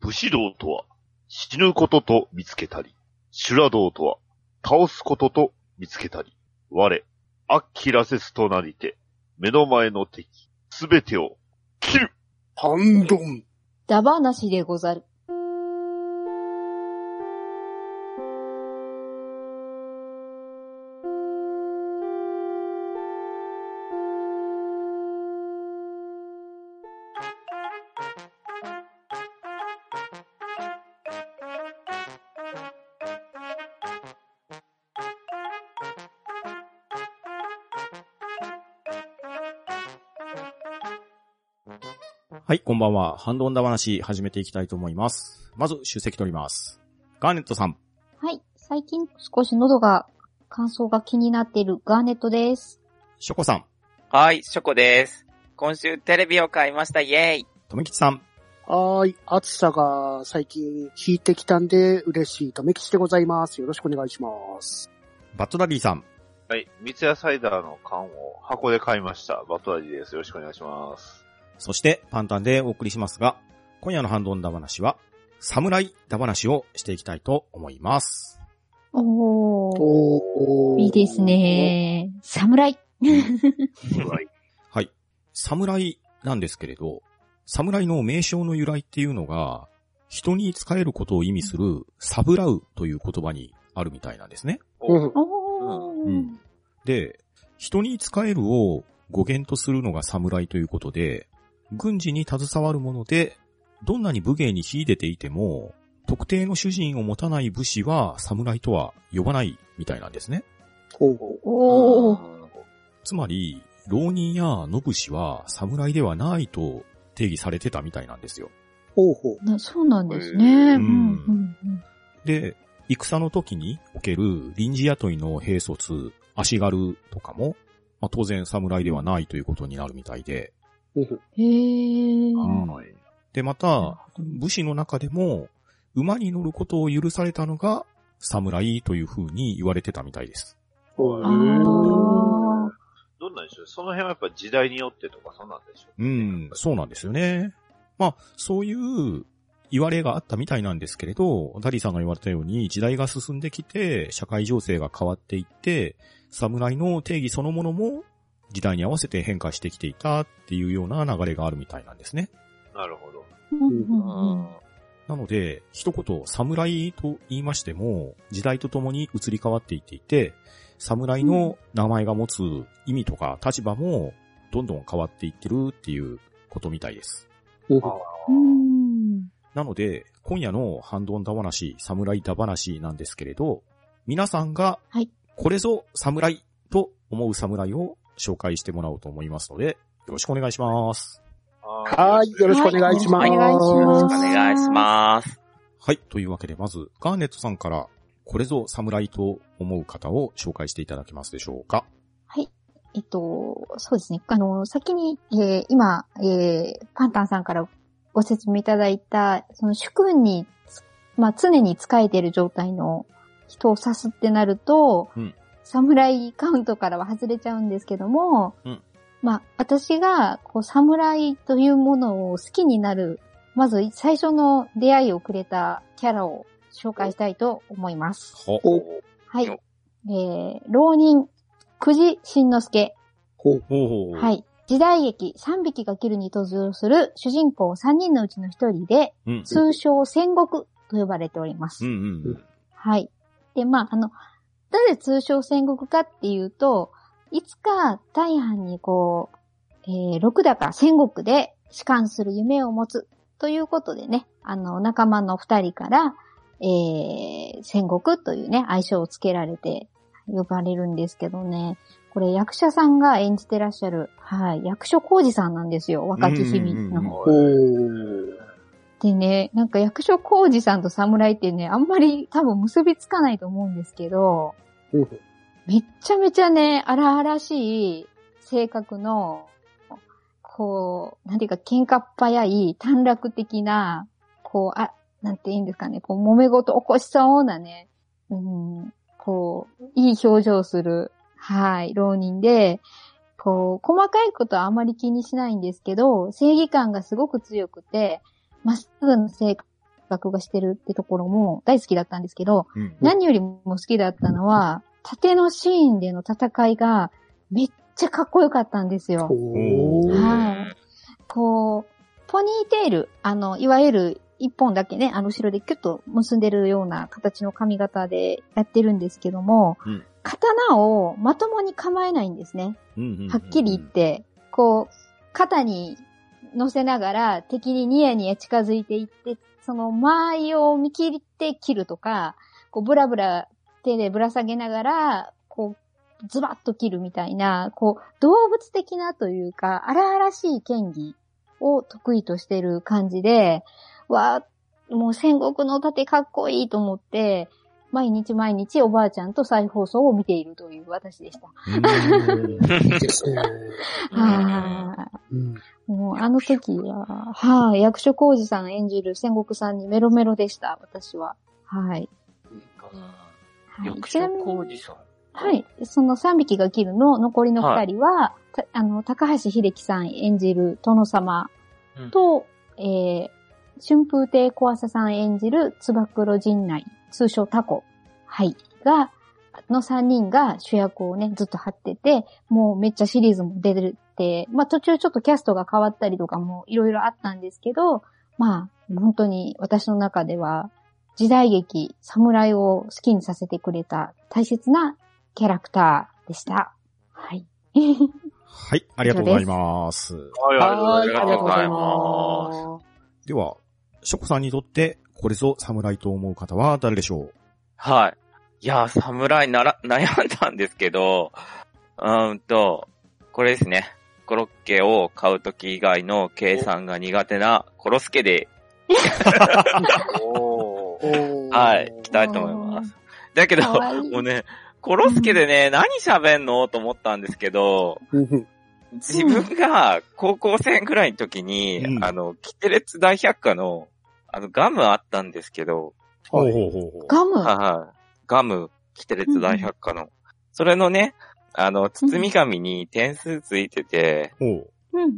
武士道とは、死ぬことと見つけたり、修羅道とは、倒すことと見つけたり、我、アッキラセスとなりて、目の前の敵、すべてを、切る。 反論。 だばなしでござる。 はい、こんばんは。ハンドンダ話始めていきたいと思います。まず、出席取ります。ガーネットさん。 はい。最近少し喉が、乾燥が気になっているガーネットです。 ショコさん。 はい、ショコです。今週テレビを買いました。イェーイ。 とめきちさん。 はーい。暑さが最近引いてきたんで嬉しいとめきちでございます。よろしくお願いします。 バットダディさん。 はい。三ツ矢サイダーの缶を箱で買いました。バットダディです。よろしくお願いします。 そして、パンタンでお送りしますが、今夜のハンドンダ話は、侍ダ話をしていきたいと思います。 いいですね。侍。 はい。侍なんですけれど、侍の名称の由来っていうのが、人に仕えることを意味する、サブラウという言葉にあるみたいなんですね。で、人に仕えるを語源とするのが侍ということで、軍事に携わるもので、どんなに武芸に秀でていても、特定の主人を持たない武士は侍とは呼ばないみたいなんですね。つまり、浪人や野武士は侍ではないと定義されてたみたいなんですよ。 そうなんですね。 で、戦の時における臨時雇いの兵卒、足軽とかも、当然侍ではないということになるみたいで。で、また、武士の中でも、馬に乗ることを許されたのが、侍という風に言われてたみたいです。 どんなんでしょう。その辺はやっぱ時代によってとかそうなんでしょう。 そうなんですよね。そういう言われがあったみたいなんですけれど、ダディさんが言われたように時代が進んできて、社会情勢が変わっていって、侍の定義そのものも時代に合わせて変化してきていたっていうような流れがあるみたいなんですね。 なるほど。 なので、一言、侍と言いましても、時代とともに移り変わっていっていて、侍の名前が持つ意味とか立場も、どんどん変わっていってるっていうことみたいです。なので、今夜のハンドンダ話、侍ダ話なんですけれど、皆さんが、これぞ侍と思う侍を紹介してもらおうと思いますので、よろしくお願いします。 はい、よろしくお願いします。 よろしくお願いします。 はい、というわけでまず、ガーネットさんから、これぞ侍と思う方を紹介していただけますでしょうか。 はい。そうですね。先に、今、パンタンさんからご説明いただいた、その主君に、常に仕えている状態の人を指すってなると、侍カウントからは外れちゃうんですけども、私が、侍というものを好きになる、まず最初の出会いをくれたキャラを紹介したいと思います。はい。浪人、久慈慎之介。はい。時代劇3匹が切るに登場する主人公3人のうちの1人で、通称戦国と呼ばれております。はい。で、なぜ通称戦国かっていうと、いつか大藩に六高戦国で仕官する夢を持つということでね、仲間の2人から、戦国というね、愛称をつけられて呼ばれるんですけどね、これ役者さんが演じてらっしゃる、役所広司さんなんですよ、若き日々の。でね、なんか役所広司さんと侍ってね、あんまり多分結びつかないと思うんですけど、めっちゃめちゃね、荒々しい性格の、なんていうか喧嘩っ早い短絡的な、なんていいんですかね、揉め事起こしそうなね、いい表情する、浪人で、細かいことはあまり気にしないんですけど、正義感がすごく強くて、まっすぐな性録画してるってところも大好きだったんですけど、 うん。 何よりも好きだったのは、盾のシーンでの戦いがめっちゃかっこよかったんですよ。 おー。 はい。こう、ポニーテール、いわゆる一本だけね、後ろでキュッと結んでるような形の髪型でやってるんですけども、 うん刀をまともに構えないんですね。 うん。 はっきり言って、こう、肩に乗せながら敵にニヤニヤ近づいていって、その間合いを見切って切るとか、こうブラブラ手でぶら下げながら、こう、ズバッと切るみたいな、こう、動物的なというか、荒々しい剣技を得意としてる感じで、もう戦国の盾かっこいいと思って、毎日毎日おばあちゃんと再放送を見ているという私でした。 いいですね。 もうあの時は、役所広司さん演じる戦国さんにメロメロでした、私は。はい。 役所広司さん。 はい。その3匹が切るの残りの2人は、高橋秀樹さん演じる殿様と、春風亭小朝さん演じるつば九郎陣内、通称タコ。はい。の3人が主役をね、ずっと張ってて、もうめっちゃシリーズも出てて、まあ途中ちょっとキャストが変わったりとかもいろいろあったんですけど、まあ本当に私の中では時代劇、侍を好きにさせてくれた大切なキャラクターでした。はい。 はい、ありがとうございます。 はい、 はい、ありありがとうございがとうございまます。 では、ショコさんにとって、これぞ侍と思う方は誰でしょう？ はい。いや、侍悩んだんですけど、これですね。コロッケを買うとき以外の計算が苦手なコロスケで、 おー。 はい、来たいと思います。だけど、 かわいいもうね、コロスケでね、何喋んのと思ったんですけど、自分が高校生くらいの時に、キテレツ大百科の、ガムあったんですけど、 ほうほうほうほう。 ガム。 はい。ガム、キテレツ大百科の。それのね、包み紙に点数ついてて、 ほう。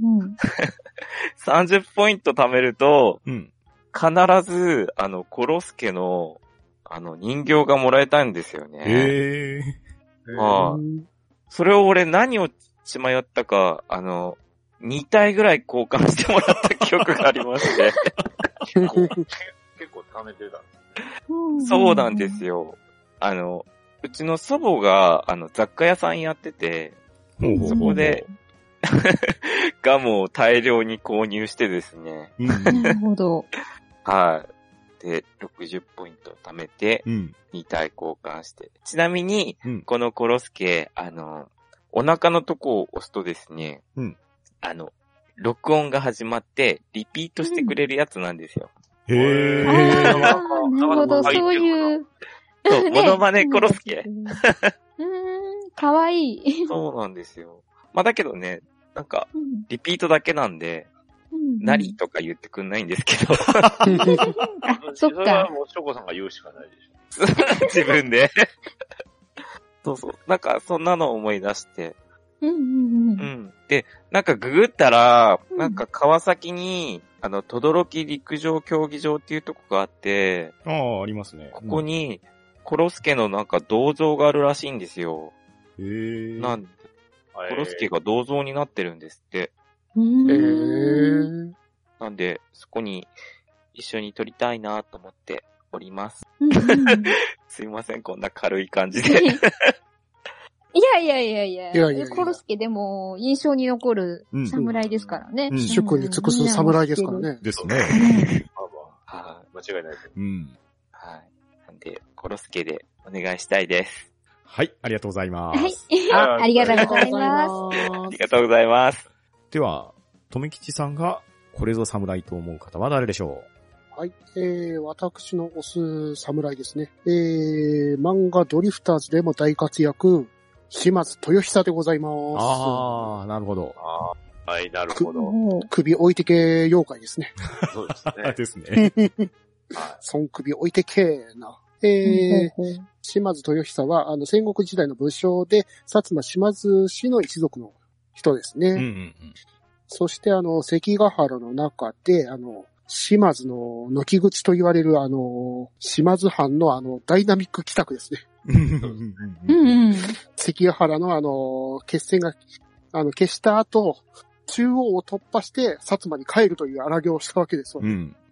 30ポイント貯めると、 うん。 必ず、コロスケの、人形がもらえたんですよね。 へー。 はいそれを俺何を血迷ったか、2体ぐらい交換してもらった記憶がありまして。 結構貯めてた。 そうなんですよ。うちの祖母が、雑貨屋さんやってて、 ほうほうほうそこで、ガムを大量に購入してですね。 なるほど。 はい。で、60ポイント貯めて、 うん。 2体交換して。ちなみに、 うんこのコロスケ、お腹のとこを押すとですね、 うん録音が始まって、リピートしてくれるやつなんですよ。 へあー。 あ、なるほど、そういう。 そう、モノマネコロスケ。 かわいい。 そうなんですよ。まあだけどね、なんか、リピートだけなんで、なりとか言ってくんないんですけど、 あ、そっそれはか。 もう、ショコさんが言うしかないでしょ。 自分で。そうそう。なんか、そんなの思い出して。で、なんかググったら、なんか川崎に、等々力陸上競技場っていうとこがあって、 ああ、ありますね。 ここに、コロスケのなんか銅像があるらしいんですよ。 へー。 なんで、コロスケが銅像になってるんですって。なんで、そこに一緒に撮りたいなと思っております。すいません、こんな軽い感じで。 いやいやいやいいやいやいやや。コロスケでも印象に残る侍ですからね。 うん主君に尽くす侍ですからね。 ですね。 まあまあ、 はい。 間違いないです。 うん。 はい。なんで、コロスケでお願いしたいです。 はい、ありがとうございまはいす。。 ありがとうございます。 ありがとうございます。 では、とめきちさんが、これぞ侍と思う方は誰でしょはい。私の推す侍ですね。漫画ドリフターズでも大活躍、島津豊久でございます。 ああ、なるほど。 はい、なるほど。 首置いてけ妖怪ですね。 そうですね。 ですね。 孫首置いてけな。島津豊久は、戦国時代の武将で、薩摩島津氏の一族の人ですね。 うんうんうん。 そして、関ヶ原の中で、 島津の軒口と言われる島津藩のダイナミック帰宅ですね。関ヶ原の決戦が、決した後、中央を突破して薩摩に帰るという荒行をしたわけですよ。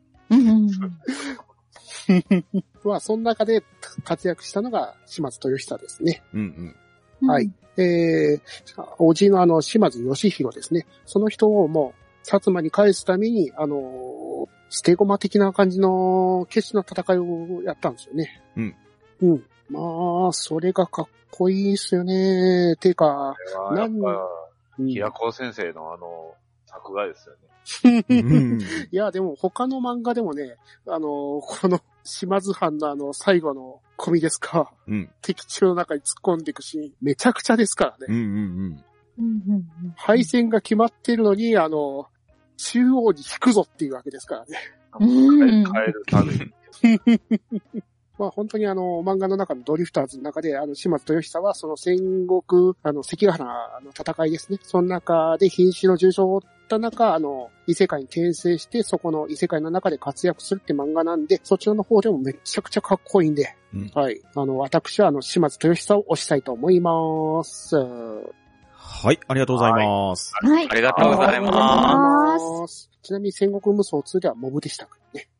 まあ、その中で活躍したのが島津豊久ですね。はい。おじの島津義弘ですね。その人をもう、薩摩に返すために、捨て駒的な感じの決死の戦いをやったんですよね。まあ、それがかっこいいですよね。てか、 平子先生の作画ですよね。 いや、でも他の漫画でもね、この島津藩の最後の込みですか、敵地の中に突っ込んでいくシーン、めちゃくちゃですからね。敗戦が決まってるのに、中央に引くぞっていうわけですからね。 変えるために。 まあ本当に漫画の中のドリフターズの中で、島津豊久はその戦国、関ヶ原の戦いですね。その中で瀕死の重傷を負った中、異世界に転生して、そこの異世界の中で活躍するって漫画なんで、そちらの方でもめちゃくちゃかっこいいんで、はい。私は島津豊久を推したいと思います。 はい、ありがとうございます。 はい。ありがとうございます。 ちなみに戦国無双2ではモブでしたからね。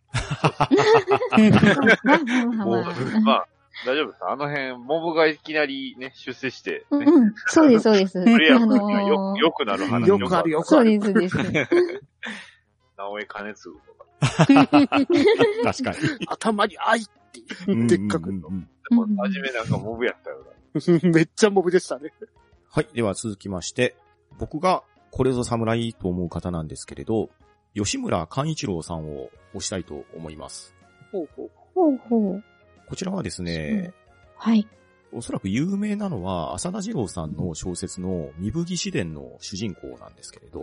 まあ、大丈夫です。あの辺、モブがいきなりね、出世して、ね。 そうです、そうです。 プレイヤーがよくなる話。 よくある、よくある。 そうです、そうです。 直江兼次とか。 確かに。 頭に愛っていう、でっかく。 初めなんかモブやったよな。 めっちゃモブでしたね。 はい。では続きまして、僕がこれぞ侍と思う方なんですけれど、吉村寛一郎さんを推したいと思います。 ほうほう。 こちらはですね、 はい。 おそらく有名なのは、浅田次郎さんの小説の身吹義伝の主人公なんですけれど。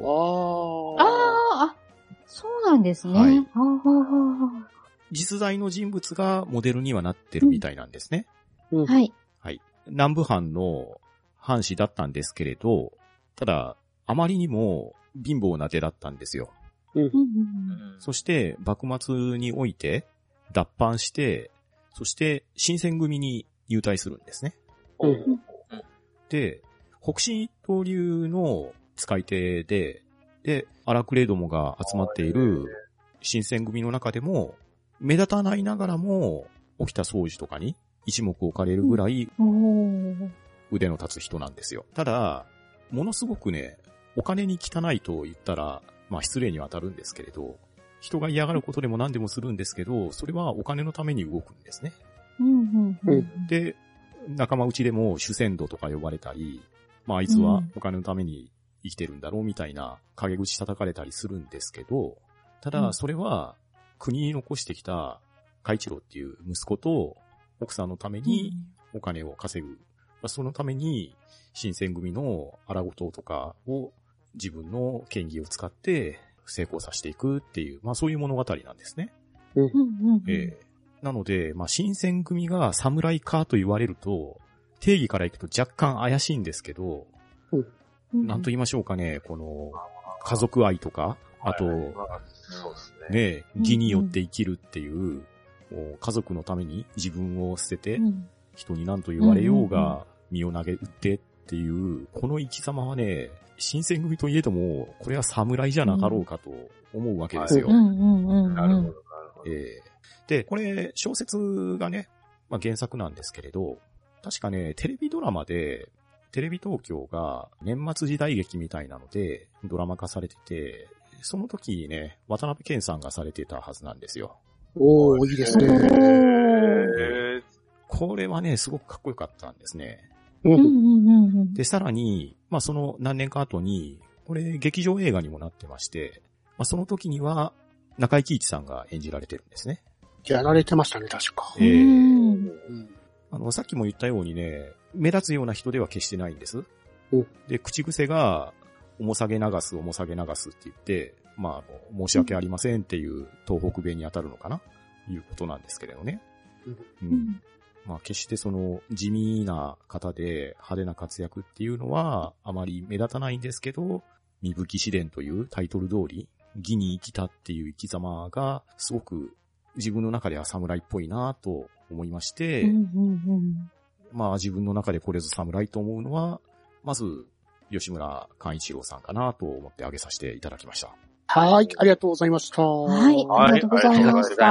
そうなんですね。 はい。実在の人物がモデルにはなってるみたいなんですね。 はい。 はい。南部藩の藩士だったんですけれど、ただ、あまりにも貧乏な手だったんですよ。そして、幕末において、脱藩して、そして、新選組に入隊するんですね。で、北進一刀流の使い手で、荒くれどもが集まっている新選組の中でも、目立たないながらも、沖田総司とかに一目置かれるぐらい、腕の立つ人なんですよ。ただ、ものすごくね、お金に汚いと言ったら、まあ失礼には当たるんですけれど、人が嫌がることでも何でもするんですけど、それはお金のために動くんですね。で、仲間内でも主戦度とか呼ばれたり、まああいつはお金のために生きてるんだろうみたいな陰口叩かれたりするんですけど、ただそれは国に残してきた海一郎っていう息子と奥さんのためにお金を稼ぐ。そのために新選組の荒事とかを自分の権威を使って成功させていくっていう、まあそういう物語なんですね。なので、まあ新選組が侍かと言われると、定義からいくと若干怪しいんですけど、なんと言いましょうかね、この家族愛とか、あと、ね、義によって生きるっていう、家族のために自分を捨てて、人に何と言われようが身を投げ打ってっていう、この生き様はね、新選組といえども、これは侍じゃなかろうかと思うわけですよ。 なるほど。 で、これ、小説がね、まあ、原作なんですけれど、確かね、テレビドラマで、テレビ東京が年末時代劇みたいなので、ドラマ化されてて、その時ね、渡辺謙さんがされてたはずなんですよ。 おー、いいですね。 これはね、すごくかっこよかったんですね。で、さらに、まあ、その何年か後に、これ劇場映画にもなってまして、まあ、その時には中井貴一さんが演じられてるんですね。 やられてましたね、確か。 さっきも言ったようにね、目立つような人では決してないんです。で、口癖が、重さげ流すって言って、まあ、申し訳ありませんっていう東北弁に当たるのかないうことなんですけれどね。まあ、決してその地味な方で派手な活躍っていうのはあまり目立たないんですけど、身吹義伝というタイトル通り、 義に生きたっていう生き様が、すごく自分の中では侍っぽいなと思いまして、まあ自分の中でこれぞ侍と思うのは、まず、吉村寛一郎さんかなと思って挙げさせていただきました。 はい、ありがとうございました。 はい、ありがとうございました。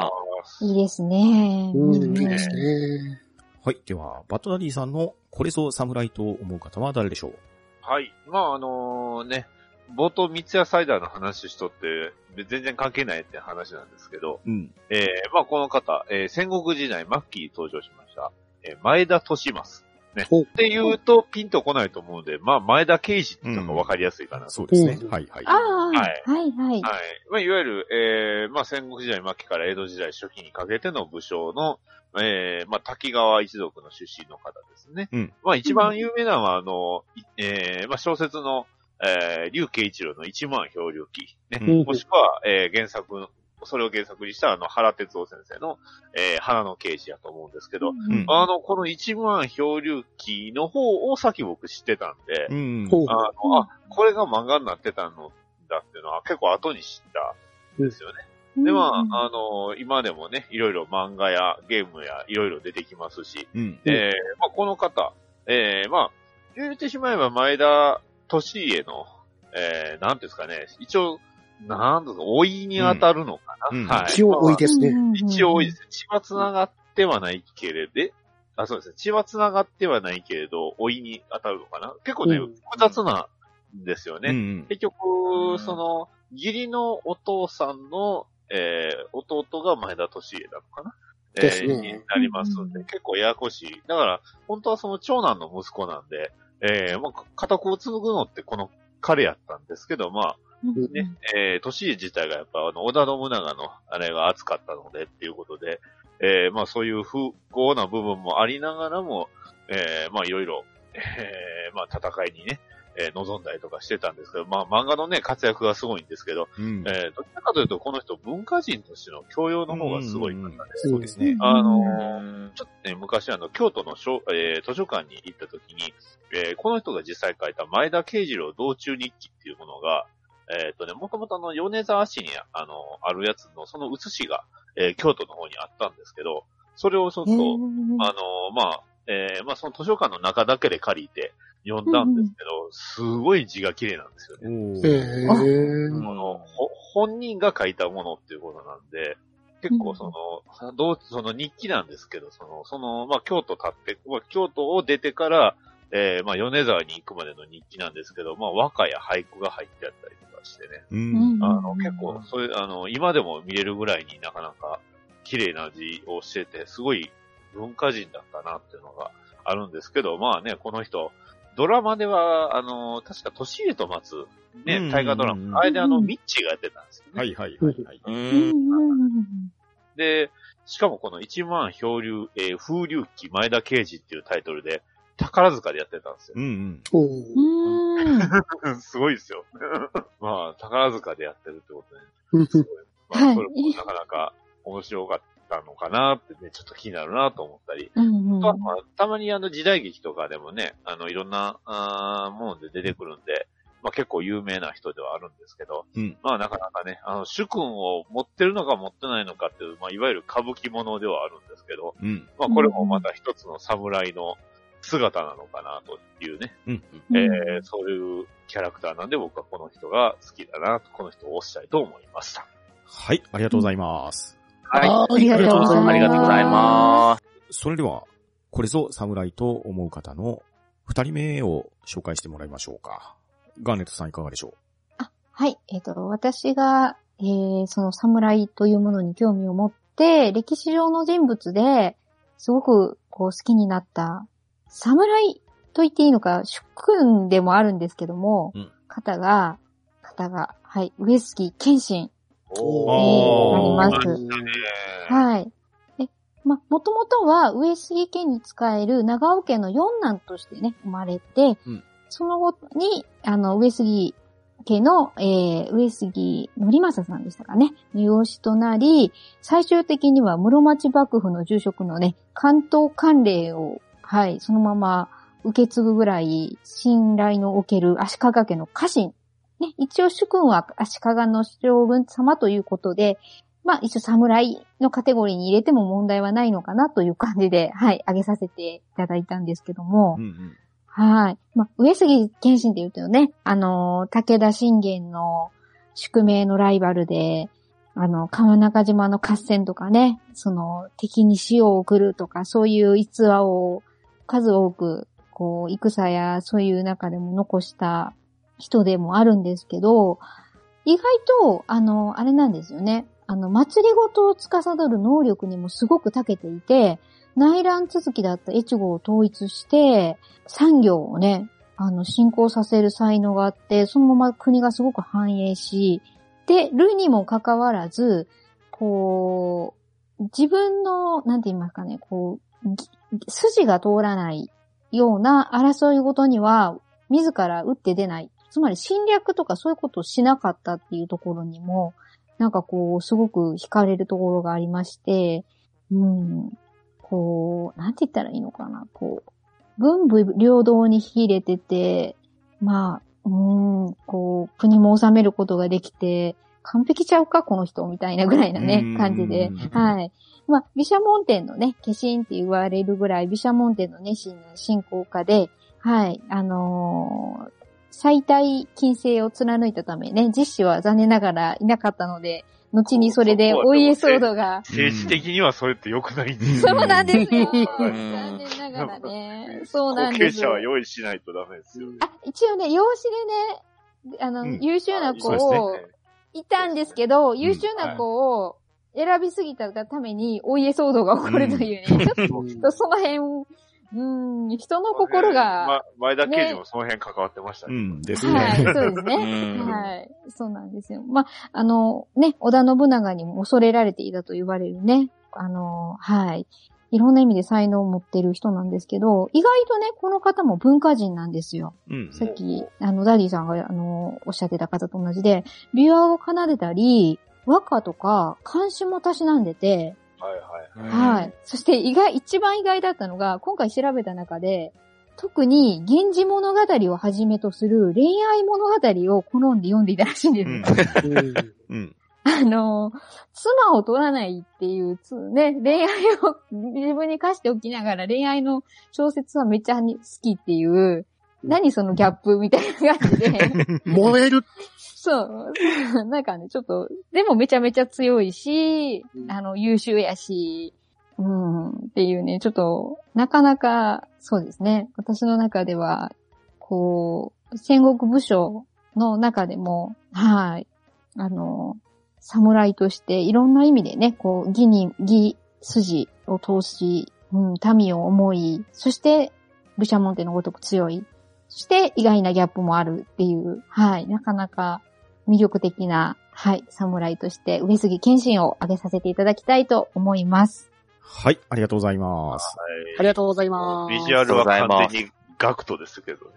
いいですね。 いいですね。 はい。では、バッドダディさんのこれぞ侍と思う方は誰でしょう？ はい。まあね、冒頭三ツ矢サイダーの話しとって、全然関係ないって話なんですけど、まあこの方、戦国時代末期に登場しました、前田利正。ね。って言うとピンとこないと思うんで、まあ前田慶次っていうのがわかりやすいかな、 そうですね。はいはい。 はいはい。 まあいわゆる、まあ戦国時代末期から江戸時代初期にかけての武将の、まあ滝川一族の出身の方ですね。まあ一番有名なのはまあ小説の、劉慶一郎の一万漂流記、ね。もしくは、それを原作にした原哲夫先生の、花の刑事やと思うんですけど、この一万漂流記の方を先僕知ってたんで、これが漫画になってたのだっていうのは結構後に知ったんですよね。で、まあ、今でもね、いろいろ漫画やゲームやいろいろ出てきますし、まあ、この方、まあ、言ってしまえば前田利家の、なんていうんですかね、一応、なんですか、老いに当たるのかな、はい。 一応老いですね。 一応老いですね。血は繋がってはないけれど、そうですね。血は繋がってはないけれど、老いに当たるのかな結構ね、複雑なんですよね。結局、義理のお父さんの、弟が前田利家なのかなになりますんで、結構ややこしい。だから、本当はその長男の息子なんで、まあ、家督を継ぐのってこの彼やったんですけど、まあ、ね、利家自体がやっぱ織田信長のあれが熱かったのでっていうことで、まあそういう不幸な部分もありながらも、まあいろいろ、まあ戦いにね、臨んだりとかしてたんですけど、まあ漫画のね、活躍がすごいんですけど、どちらかというとこの人文化人としての教養の方がすごい方で、 そうですね。 ちょっとね、昔京都の図書館に行った時に、この人が実際書いた前田慶次郎道中日記っていうものが、もともと米沢市にあるやつのその写しが、京都の方にあったんですけど、それをちょっと、まあ、まあその図書館の中だけで借りて読んだんですけど、すごい字が綺麗なんですよね。本人が書いたものっていうことなんで、結構その日記なんですけど、まあ京都を出てから、まあ米沢に行くまでの日記なんですけど、まあ和歌や俳句が入ってあったりとかしてね。結構、そういう、今でも見れるぐらいになかなか綺麗な字をしてて、すごい文化人だったなっていうのがあるんですけど、まあね、この人、ドラマでは、確か、年家と松、ね、大河ドラマ、あれでミッチーがやってたんですよね。 はいはいはいはい。 で、しかもこの一万漂流、風流記前田慶次っていうタイトルで、宝塚でやってたんですよ。すごいですよ。まあ、宝塚でやってるってことで、ね、まあ、それもなかなか面白かったのかなってね、ちょっと気になるなと思ったり。まあ、たまに時代劇とかでもね、いろんなもので出てくるんで、まあ結構有名な人ではあるんですけど、まあなかなかね、主君を持ってるのか持ってないのかっていう、まあいわゆる歌舞伎ものではあるんですけど、まあこれもまた一つの侍の姿なのかなというね、そういうキャラクターなんで僕はこの人が好きだなと、この人を推したいと思いました。 はい、ありがとうございます。 はい、ありがとうございます。 それでは、これぞ侍と思う方の二人目を紹介してもらいましょうか。ガーネットさんいかがでしょう？ はい。私が、その侍というものに興味を持って、歴史上の人物ですごくこう好きになった侍と言っていいのか、主君でもあるんですけども、方が、はい、上杉謙信になります。はい。もともとは上杉家に仕える長尾家の四男としてね、生まれて、その後に、上杉家の、上杉則政さんでしたかね、の養子となり、最終的には室町幕府の住職のね、関東管領を、はい、そのまま受け継ぐぐらい信頼のおける足利家の家臣ね、一応主君は足利の将軍様ということで、まあ一応侍のカテゴリーに入れても問題はないのかなという感じで、はい、挙げさせていただいたんですけども、 うんうん、 はい。まあ、上杉謙信って言うとね、武田信玄の宿命のライバルで、川中島の合戦とかね、敵に死を送るとか、そういう逸話を数多く、戦やそういう中でも残した人でもあるんですけど、意外と、あれなんですよね。祭りごとを司る能力にもすごく長けていて、内乱続きだった越後を統一して、産業をね、振興させる才能があって、そのまま国がすごく繁栄し、で、るにもかかわらず、自分の、なんて言いますかね、筋が通らないような争いごとには、自ら打って出ない。つまり侵略とかそういうことをしなかったっていうところにも、なんかすごく惹かれるところがありまして、なんて言ったらいいのかな、文武両道に秀でてて、まあ、国も治めることができて、完璧ちゃうかこの人みたいなぐらいなね、感じで。はい。まあ、毘沙門天のね、化身って言われるぐらい、毘沙門天の熱心な信仰家で、はい、最大禁制を貫いたためね、実子は残念ながらいなかったので、後にそれでお家騒動が。 政治的にはそれって良くないんですよ。そうなんですよ。残念ながらね。そうなんですよ。 後継者は用意しないとダメですよね。 一応ね、養子でね、優秀な子を、いたんですけど、優秀な子を選びすぎたがためにお家騒動が起こるというね。ちょっとその辺、人の心が、 前田刑事もその辺関わってましたね。 ですね。 はい、そうですね。はい。そうなんですよ。まあ、ね、織田信長にも恐れられていたと言われるね、はい。いろんな意味で才能を持ってる人なんですけど、意外とね、この方も文化人なんですよ。さっき、ダディさんが、おっしゃってた方と同じで、琵琶を奏でたり、和歌とか、漢詩もたしなんでて、はい。そして一番意外だったのが、今回調べた中で、特に源氏物語をはじめとする恋愛物語を好んで読んでいたらしいんですよ。妻を取らないっていう、ね、恋愛を自分に課しておきながら恋愛の小説はめっちゃ好きっていう、何そのギャップみたいな感じで。 燃える。 そう。なんかね、ちょっと、でもめちゃめちゃ強いし、優秀やし、っていうね、ちょっと、なかなか、そうですね。私の中では、戦国武将の中でも、はい、侍としていろんな意味でね、義筋を通し、民を思い、そして、毘沙門天のごとく強い。そして意外なギャップもあるっていう、はい、なかなか魅力的な、はい、侍として上杉謙信を挙げさせていただきたいと思います。 はい、ありがとうございます。 ありがとうございます。 ビジュアルは完全にガクトですけどね。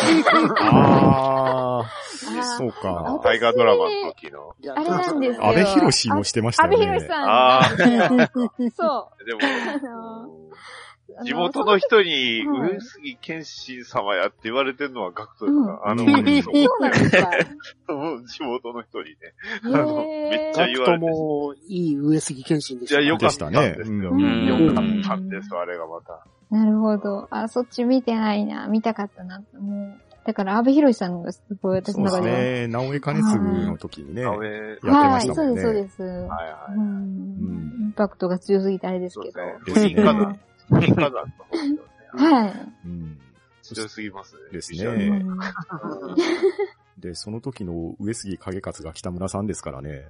そうか。 大河ドラマの時の。 あれなんですよ。 阿部寛もしてましたよね。 阿部寛さん。そう。 でも、地元の人に、上杉謙信様やって言われてるのはガクトですか？ そうなんですか。 地元の人にね。めっちゃ言われて。 ガクトもいい上杉謙信でした。 いや、よかったね。よかったんです、あれがまた。 なるほど。そっち見てないな。見たかったな。もう。だから、阿部寛さんのがすごい私の中では。 そうですね。直江兼次の時にね。やってましたもんね。 そうです。インパクトが強すぎてあれですけど。 金火山の方ですよね。 はい。 強すぎますね。 ですね。で、その時の上杉景勝が北村さんですからね。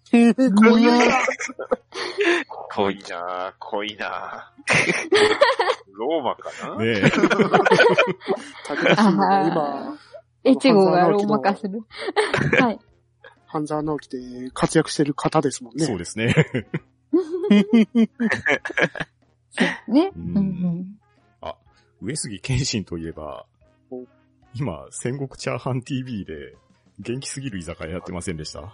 濃いなローマかなねえ。 今、 越後がローマ化する。はい。 半沢直樹で活躍してる方ですもんね。 そうですね。 ね。 上杉謙信といえば、今、戦国チャーハン TV で元気すぎる居酒屋やってませんでした？ はい、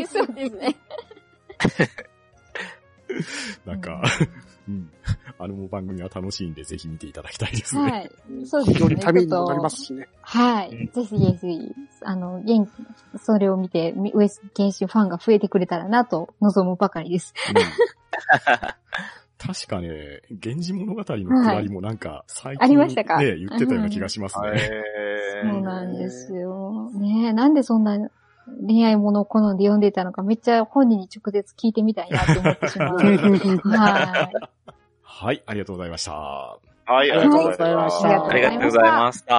そうですね。 なんか、 番組は楽しいんで、ぜひ見ていただきたいですね。 はい。そうですね。 非常にためにもなりますしね。 はい。ぜひぜひ、それを見て、上杉謙信ファンが増えてくれたらなと望むばかりです。 確かね、源氏物語のくだりもなんか、最近、 ありましたか？ ね、言ってたような気がしますね。 そうなんですよ。ね、なんでそんな恋愛ものを好んで読んでいたのか、めっちゃ本人に直接聞いてみたいなって思ってしまう。はい。 はい、ありがとうございました。 はい、ありがとうございました。 ありがとうございました。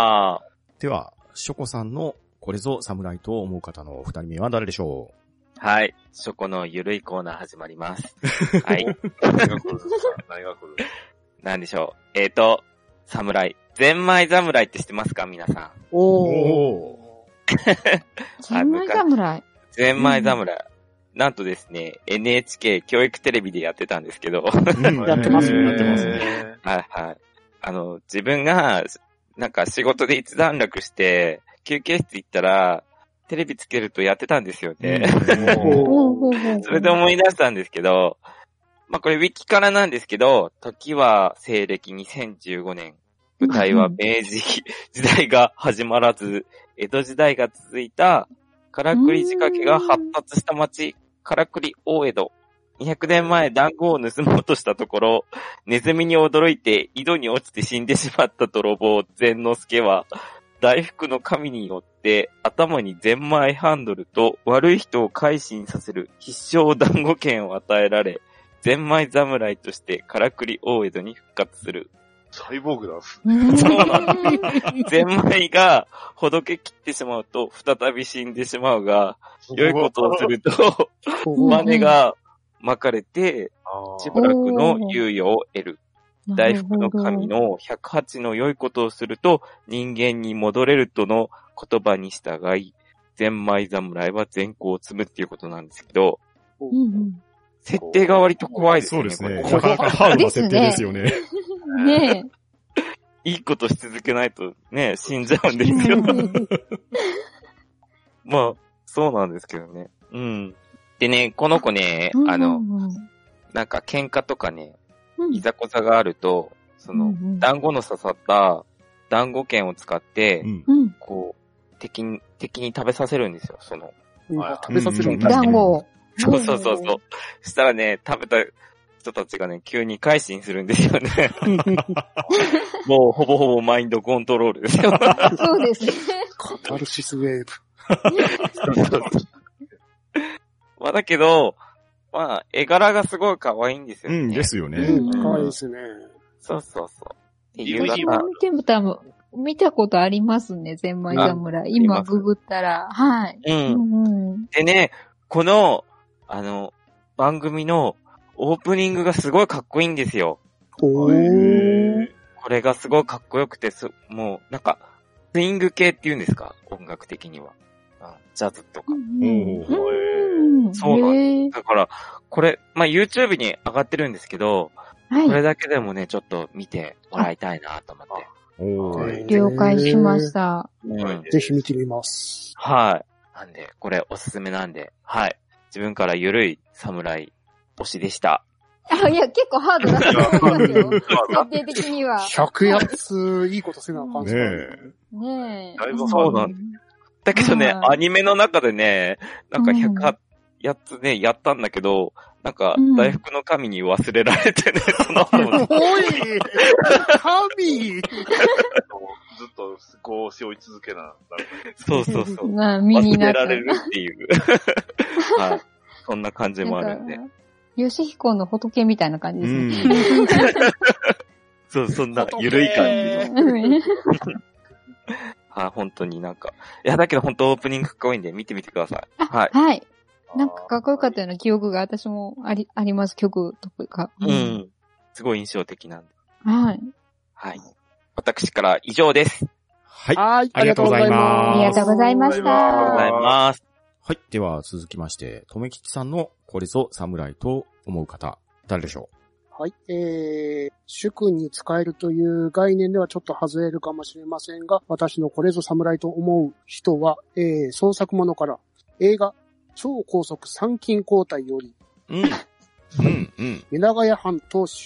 では、ショコさんのこれぞ侍と思う方のお二人目は誰でしょう？ はい。ショコのゆるいコーナー始まります。はい。 何が来る？ 何でしょう。侍。ゼンマイ侍って知ってますか皆さん。 おー。ゼンマイ侍。 ゼンマイ侍。なんとですね、NHK 教育テレビでやってたんですけど。 やってますね。 はいはい。自分が、なんか仕事で一段落して、休憩室行ったら、テレビつけるとやってたんですよね。それで思い出したんですけど、まあこれウィキからなんですけど、時は西暦2015年、舞台は明治時代が始まらず、江戸時代が続いた、からくり仕掛けが発達した町、からくり大江戸。200年前団子を盗もうとしたところ、ネズミに驚いて井戸に落ちて死んでしまった泥棒、善之助は、大福の神によって頭にゼンマイハンドルと悪い人を改心させる必勝団子剣を与えられ、ゼンマイ侍としてからくり大江戸に復活する。 サイボーグなんすね。そうなんです。ゼンマイがほどけ切ってしまうと再び死んでしまうが、良いことをすると、マネが巻かれて、しばらくの猶予を得る。大福の神の108の良いことをすると人間に戻れるとの言葉に従い、ゼンマイ侍は善行を積むっていうことなんですけど、設定が割と怖いですね。 そうですね。なかなかハードな設定ですよね。 ねえ。いいことし続けないとね、死んじゃうんですよ。まあ、そうなんですけどね。うん。でね、この子ね、なんか喧嘩とかね、いざこざがあると、団子の刺さった団子剣を使って、こう、敵に食べさせるんですよ、 食べさせるんだ。 団子を。 そう。したらね、食べた人たちがね、急に改心するんですよね。もうほぼほぼマインドコントロールですよ。 そうですね。 カタルシスウェーブ。 まあだけど、まあ、絵柄がすごい可愛いんですよね。 うんですよね。 可愛いですね。 そう。 見たことありますね、ゼンマイ侍。今ググったら。はい。 でね、この、番組のオープニングがすごいかっこいいんですよ。これがすごいかっこよくて、もう、なんか、スイング系っていうんですか？音楽的には。ジャズとか。そうなんです。だから、これ、まあ、YouTube に上がってるんですけど、これだけでもね、ちょっと見てもらいたいなと思って。 了解しました。 ぜひ見てみます。 はい。なんで、これおすすめなんで、はい。自分からゆるい侍推しでした。 いや、結構ハードだと思いますよ。設定的には。 100やつ、いいことせなあかんすねえ。 だいぶそうなんだけどね、アニメの中でね、なんか100やつね、やったんだけど、なんか、大福の神に忘れられてね、その後も。 おい神ずっとこう背負い続けな。 そう。忘れられるっていう。はい。そんな感じもあるんで。 ヨシヒコの仏みたいな感じですね。 そう、そんなゆるい感じの。はい、本当になんか。いや、だけど本当オープニングかっこいいんで見てみてください。 はい。はい。なんかかっこよかったような記憶が私もあります、曲とか。 すごい印象的なんで。 はい。 はい。私から以上です。 はい。ありがとうございます。 ありがとうございました。 ありがとうございます。 はい。では続きまして、とめきちさんのこれぞ侍と思う方、誰でしょう？はい。主君に使えるという概念ではちょっと外れるかもしれませんが、私のこれぞ侍と思う人は、創作ものから映画、超高速参勤交代より、稲ヶ谷藩当主、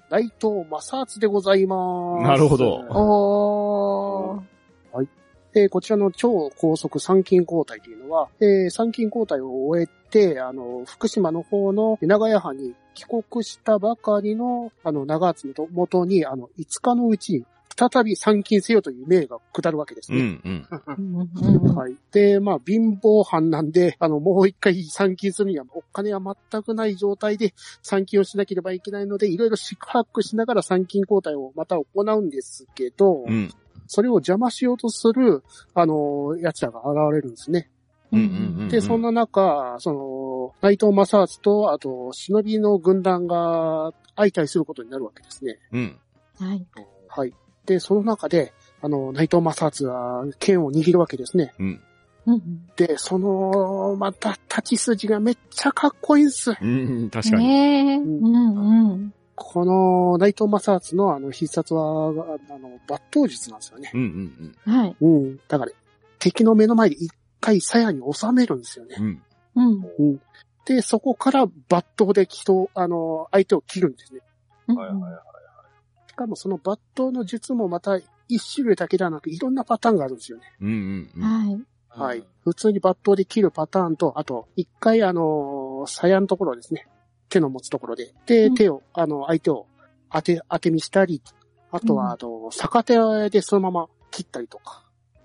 内藤正敦でございます。 なるほど。 おー。 はい。こちらの超高速参勤交代というのは、参勤交代を終えて、福島の方の長屋藩に帰国したばかりの、長敦の元に、5日のうちに、再び参勤せよという命が下るわけですね。はい。で、まあ、貧乏藩なんで、もう一回参勤するには、お金は全くない状態で参勤をしなければいけないので、いろいろ宿泊しながら参勤交代をまた行うんですけど、それを邪魔しようとする、奴らが現れるんですね。で、そんな中、内藤正敦と、あと、忍びの軍団が相対することになるわけですね。 はい。 はい。で、その中で、内藤正敦は剣を握るわけですね。で、また立ち筋がめっちゃかっこいいんです。 確かに。 この内藤正敦の必殺は、抜刀術なんですよね。 はい。 だから、敵の目の前で一回鞘に収めるんですよね。で、そこから抜刀で相手を切るんですね。しかもその抜刀の術もまた一種類だけではなくいろんなパターンがあるんですよね。はい。普通に抜刀で切るパターンと、あと、一回鞘のところですね。手の持つところで。で、相手を当て身したり、あとは、逆手でそのまま切ったりとか。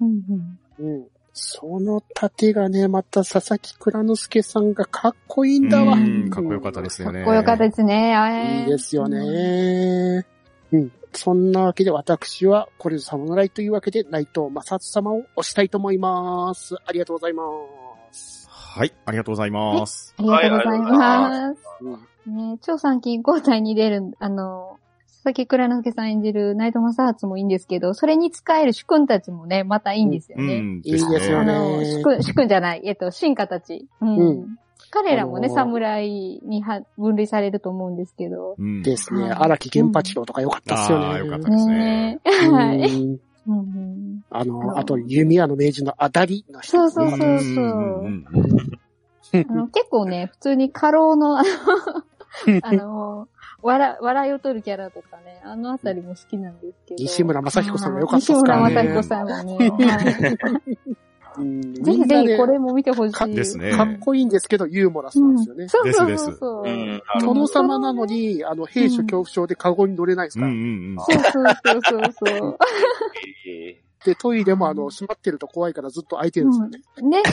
その盾がね、また佐々木蔵之介さんがかっこいいんだわ。 かっこよかったですよね。 かっこよかったですね。 いいですよね。そんなわけで私は、これぞ侍というわけで、内藤正敦様を推したいと思います。ありがとうございます。 はい、ありがとうございます。 ありがとうございます。超参勤交代に出る、佐々木蔵之介さん演じる内藤正敦もいいんですけど、それに使える主君たちもね、またいいんですよね。 いいですよね。 主君じゃない、進化たち。彼らもね、侍に分類されると思うんですけど。 ですね。荒木源八郎とか良かったですよね。 よかったですね。 はい。 あと、弓矢の名人のあたりの人。 そう。結構ね、普通に過労の、笑いを取るキャラとかね、あのあたりも好きなんですけど。 西村正彦さんも良かったですからね。 西村正彦さんもね。ぜひぜひこれも見てほしいですね。 かっこいいんですけそうユーモラスなんですよね。 そう。 殿様なのに、兵所恐怖症でカゴに乗れないですから。 そう。 で、トイレも閉まってると怖いからずっと開いてるんですよね。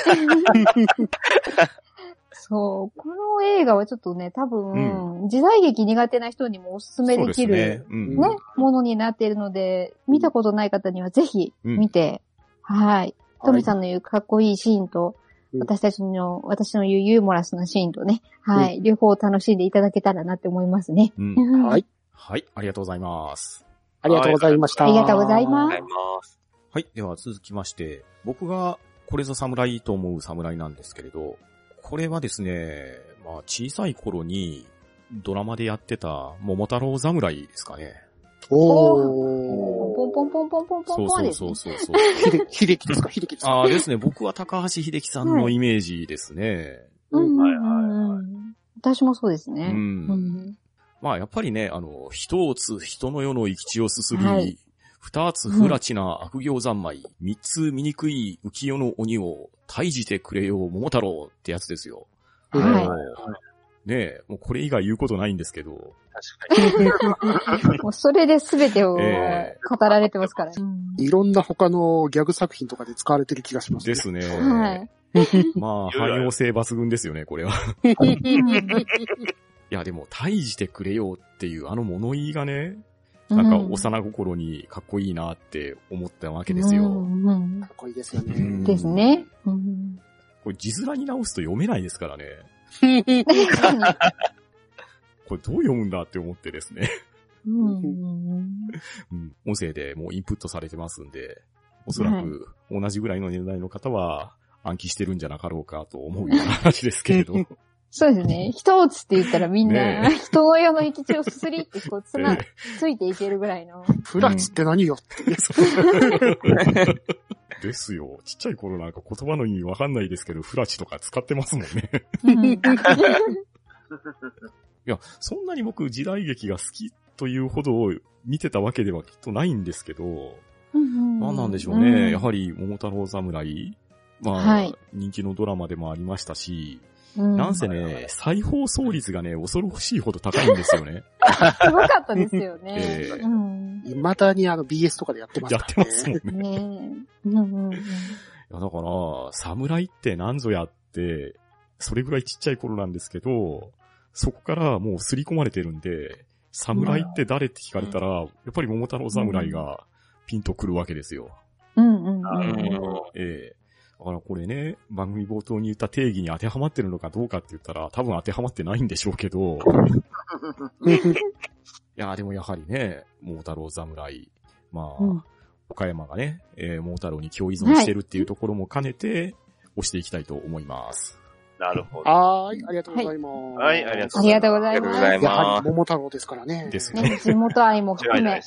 そう。この映画はちょっとね、多分、時代劇苦手な人にもおすすめできる、ものになっているので、見たことない方にはぜひ見て、はい。トミさんの言うかっこいいシーンと、私の言うユーモラスなシーンとね、はい。両方楽しんでいただけたらなって思いますね。 はい。 はい、ありがとうございます。 ありがとうございました。 ありがとうございます。 はい、では続きまして、僕がこれぞ侍と思う侍なんですけれど、これはですね、まあ小さい頃にドラマでやってた桃太郎侍ですかね。 ポンポンポンポンポンポンポンですね。 そう。 秀樹ですかああですね、僕は高橋秀樹さんのイメージですね。 私もそうですね。 まあやっぱりね、一つ人の世の生き血をすすり、二つ不埒な悪行三昧、三つ醜い浮世の鬼を退治てくれよ桃太郎ってやつですよ。ねえ、もうこれ以外言うことないんですけど。 確かに。 もうそれで全てを語られてますから。 いろんな他のギャグ作品とかで使われてる気がしますね。 ですね。 はい。 まあ、汎用性抜群ですよね、これは。いや、でも、退治てくれよっていうあの物言いがね、なんか幼心にかっこいいなって思ったわけですよ。 かっこいいですよね。 ですね。 これ字面に直すと読めないですからね。これどう読むんだって思ってですね。音声でもうインプットされてますんで、おそらく同じぐらいの年代の方は暗記してるんじゃなかろうかと思うような話ですけれど。 そうですね。一つって言ったらみんな、人の世の生き血をすすりってこうついていけるぐらいの。 フラチって何よって。 ですよ。ちっちゃい頃なんか言葉の意味わかんないですけど、フラチとか使ってますもんね。いや、そんなに僕時代劇が好きっというほど見てたわけではきっとないんですけど、何なんでしょうね。 うんやはり、桃太郎侍、まあ、 はい、 人気のドラマでもありましたし、 うんなんせね、再放送率がね、恐ろしいほど高いんですよね。 すごかったですよね。 ええ未だにBS とかでやってますやからね。 ってますもんね。 ねえ。うんうんうん。 いや、だから、侍って何ぞやって、それぐらいちっちゃい頃なんですけど、そこからもう刷り込まれてるんで、侍って誰って聞かれたら、やっぱり桃太郎侍がピンとくるわけですよ。 うんうんうん。 ええだからこれね、番組冒頭に言った定義に当てはまってるのかどうかって言ったら、多分当てはまってないんでしょうけど。いや、でもやはりね、桃太郎侍。まあ、岡山がね、桃太郎に共依存してるっていうところも兼ねて、押していきたいと思います。 なるほど。 はい、ありがとうございます。 はい、ありがとうありがとうございありがとうごまざいます。 やはり桃太郎ですからね。 ですす。ね、地元愛も含め。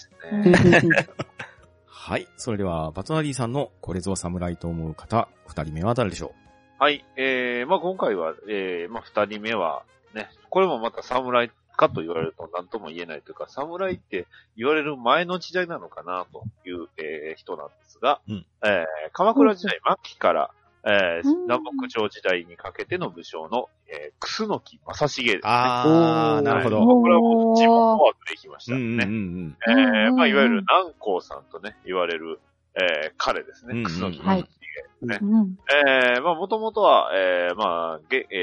はい。それでは、バトナリーさんのこれぞ侍と思う方、二人目は誰でしょはい、まあ今回は、まあ二人目は、ね、これもまた侍かと言われると何とも言えないというか、侍って言われる前の時代なのかなという、人なんですが、鎌倉時代末期から、南北朝時代にかけての武将の、楠木正成ですね。 あー、なるほど。 これはもう地元ワードできましたね。まあいわゆる南光さんとね、言われる、彼ですね。楠木正成ね。まあもともとは、まあ、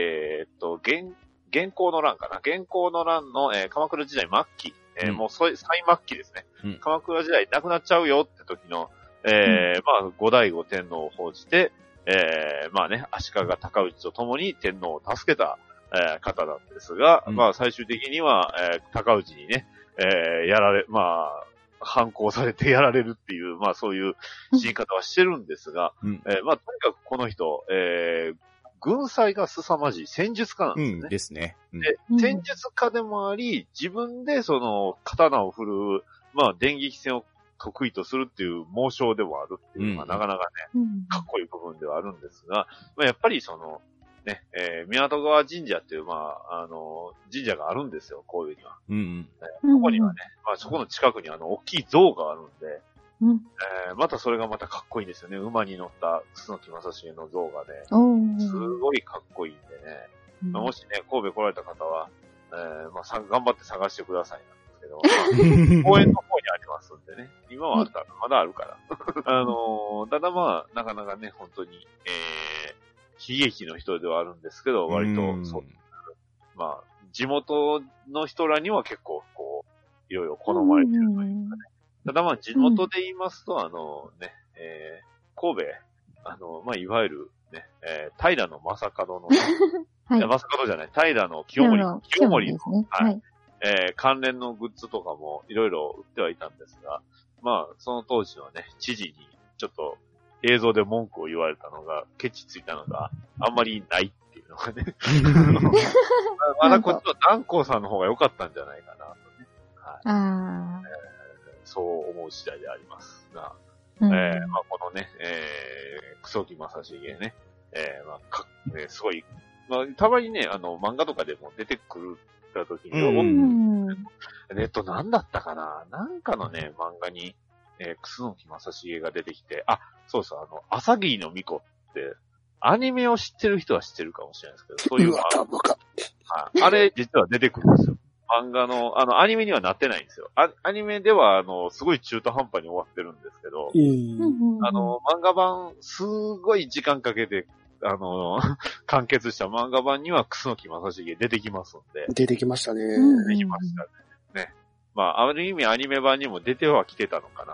元寇の乱かな。元寇の乱の、鎌倉時代末期、もう最末期ですね。鎌倉時代なくなっちゃうよって時の、まあ、後醍醐天皇を報じて、まあね、足利尊氏と共に天皇を助けた、方なんですが、まあ最終的には、尊氏にね、まあ、反抗されてやられるっていう、まあそういう死に方はしてるんですが、まあとにかくこの人、軍隊が凄まじい戦術家なんですね。 ですね。 で、戦術家でもあり、自分でその刀を振るう、まあ電撃戦を得意とするっていう猛将でもあるっていうのがなかなかね、かっこいい部分ではあるんですが、まあやっぱりその、ね、港川神社っていう、まあ、神社があるんですよ、神戸には。ここにはね、まあそこの近くに大きい像があるんで、またそれがまたかっこいいんですよね。馬に乗った楠木正成の像がね、すごいかっこいいんでね、まあ、もしね、神戸来られた方は、まあ頑張って探してくださいなんですけど、公園の方にありますんでね、今はあったら、まだあるから。ただまあ、なかなかね、本当に、悲劇の人ではあるんですけど、割と、そう、まあ、地元の人らには結構、こう、いろいろ好まれてるというかね。ただまあ、地元で言いますと、ね、神戸、まあ、いわゆるね、平の正門の、正門じゃない、平の清盛の、はい。関連のグッズとかもいろいろ売ってはいたんですが、まあ、その当時のね、知事にちょっと映像で文句を言われたのが、ケチついたのがあんまりないっていうのがね。まだこっちの南光さんの方が良かったんじゃないかなとね。はい。そう思う次第でありますが、まあこのね、楠木正成ね、まあすごい、まあたまにね、漫画とかでも出てくるた時に、何だったかな、なんかのね、漫画に、楠木正成が出てきて、あ、そうそう、朝霧の巫女って、アニメを知ってる人は知ってるかもしれないですけど、そういうあれ実は出てくるんですよ。漫画の、アニメにはなってないんですよ。アニメでは、すごい中途半端に終わってるんですけど、漫画版、すごい時間かけて、完結した漫画版には楠木正成出てきますんで。 出てきましたね。 出てきましたね。ね。まあ、ある意味アニメ版にも出てはきてたのかな。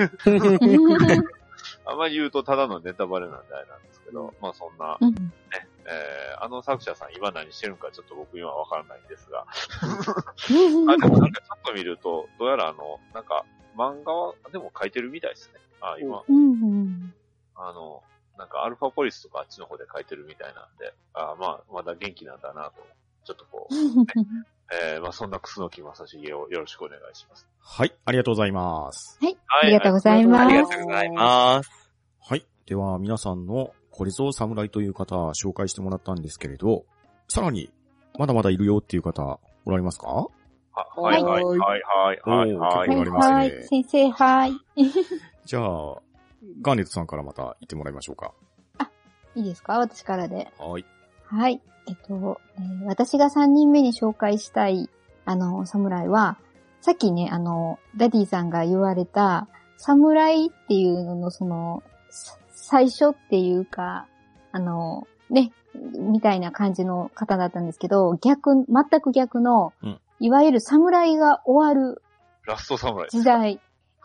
あまり言うとただのネタバレなんであれなんですけど、まあそんな、ね、作者さん今何してるんかちょっと僕今わからないんですが。でもなんかちょっと見ると、どうやらなんか漫画はでも書いてるみたいですね。今。なんかアルファポリスとかあっちの方で書いてるみたいなんで、まあ、まだ元気なんだなと、ちょっとこう、ね、まあそんな楠木正成をよろしくお願いします。 はい、ありがとうございます。 はい、ありがとうございます。 ありがとうございます。 はい、では皆さんのこれぞ侍という方紹介してもらったんですけれど、さらに、まだまだいるよっていう方、おられますか？ はいはいはいはいはい。 結構ありますね。 はい、先生、はい。 じゃあ、ガーネットさんからまた言ってもらいましょうか。 いいですか？私からで。 はい。 はい。私が3人目に紹介したい、侍は、さっきね、ダディさんが言われた、侍っていうのの最初っていうか、ね、みたいな感じの方だったんですけど、全く逆の、いわゆる侍が終わるラスト侍。 時代。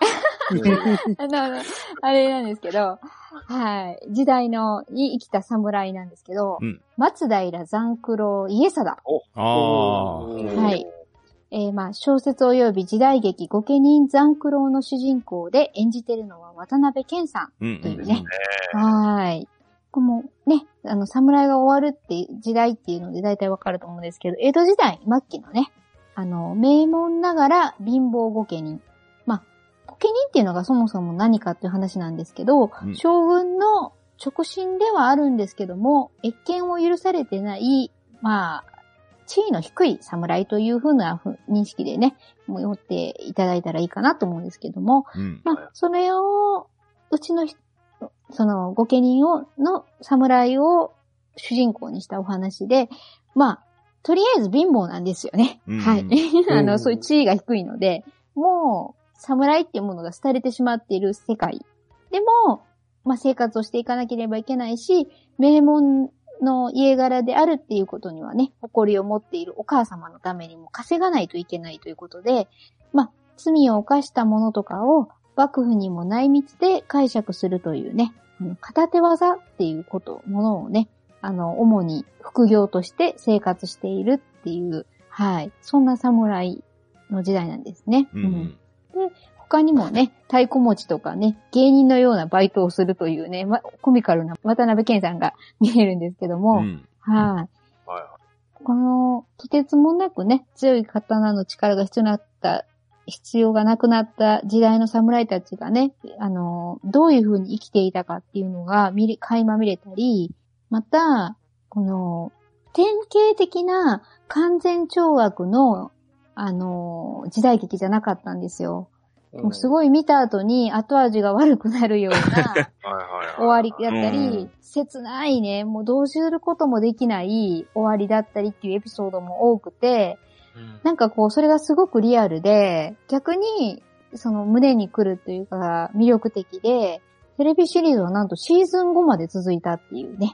あれなんですけど、はい。時代に生きた侍なんですけど、松平残九郎家貞。はい。小説及び時代劇、御家人残九郎の主人公で演じてるのは渡辺謙さんというね。はい。このね、侍が終わるって時代っていうので大体わかると思うんですけど、江戸時代末期のね、名門ながら貧乏御家人。御家人っていうのがそもそも何かっていう話なんですけど、将軍の直進ではあるんですけども、越見を許されてない、地位の低い侍という風な認識でね、持っていただいたらいいかなと思うんですけども、それを、うちの、その御家人の侍を主人公にしたお話で、とりあえず貧乏なんですよね。はい。そういう地位が低いので、もう、侍っていうものが廃れてしまっている世界。でも、生活をしていかなければいけないし、名門の家柄であるっていうことにはね、誇りを持っているお母様のためにも稼がないといけないということで、罪を犯したものとかを幕府にも内密で解釈するというね、片手技っていうものをね、主に副業として生活しているっていう、はい、そんな侍の時代なんですね。で、他にもね、太鼓持ちとかね、芸人のようなバイトをするというね、コミカルな渡辺謙さんが見えるんですけども、はい。この、とてつもなくね、強い刀の力が必要がなくなった時代の侍たちがね、どういう風に生きていたかっていうのが垣間見れたり、また、この、典型的な完全懲悪の時代劇じゃなかったんですよ。もうすごい見た後に後味が悪くなるような終わりだったり、切ないね、もうどうすることもできない終わりだったりっていうエピソードも多くて、なんかそれがすごくリアルで、逆にその胸に来るというか魅力的で、テレビシリーズはなんとシーズン5まで続いたっていうね。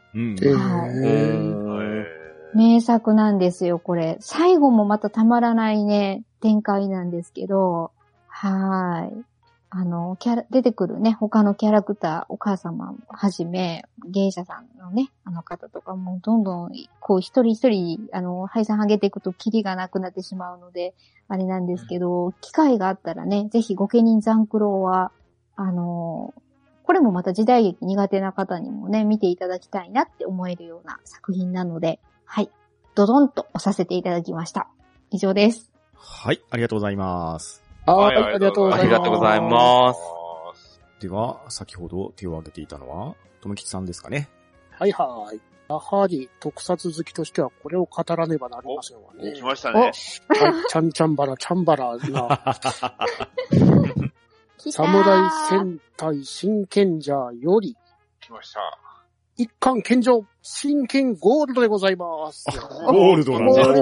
名作なんですよ、これ。最後もまたたまらないね、展開なんですけど、はい。出てくるね、他のキャラクター、お母様はじめ、芸者さんのね、方とかもどんどん、一人一人、配算上げていくとキリがなくなってしまうので、あれなんですけど、機会があったらね、ぜひ御家人残九郎は、これもまた時代劇苦手な方にもね、見ていただきたいなって思えるような作品なので、はい。ドドンと押させていただきました。以上です。 はい、ありがとうございます。 ありがとうございます。 ありがとうございます。 では、先ほど手を挙げていたのは、ともきちさんですかね。 はいはい。やはり、特撮好きとしてはこれを語らねばなりませんわね。 来ましたね。 チャンバラな。侍戦隊真剣者より。 来ました。 一巻献上、真剣ゴールドでございます。 ゴールドなんだ。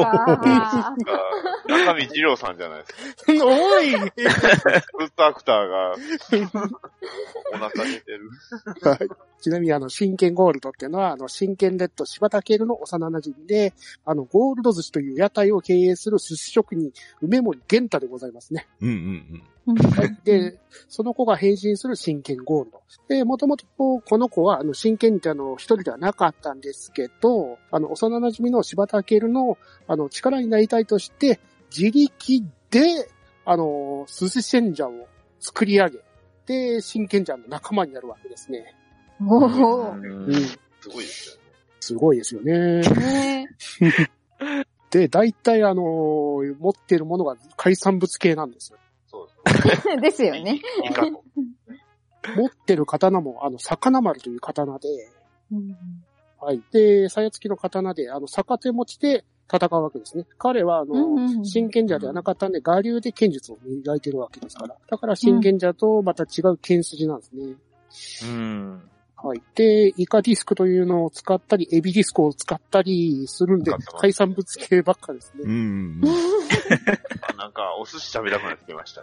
中見二郎さんじゃないですか。 おいグッドアクターが、お腹出てる。 はい。ちなみに真剣ゴールドっていうのは、真剣レッド柴田圭の幼馴染で、ゴールド寿司という屋台を経営する寿司職人、梅森玄太でございますね。はい。で、その子が変身する真剣ゴールド。で、もともとこの子は、真剣って一人ではなかったんですけど、幼馴染の柴田圭の、力になりたいとして、自力で、寿司賢者を作り上げ、で、真剣者の仲間になるわけですね。 おー。 すごいですよね。 すごいですよね。で、大体持ってるものが海産物系なんですよ。 そうですね。 ですよね。 持ってる刀も、魚丸という刀で、はい。で、鞘付きの刀で、逆手持ちで、 戦うわけですね。彼は、真剣者ではなかったんで、我流で剣術を磨いてるわけですから。だから真剣者とまた違う剣筋なんですね。はい。で、イカディスクというのを使ったり、エビディスクを使ったりするんで、海産物系ばっかですね。 なんか、お寿司食べたくなってきました、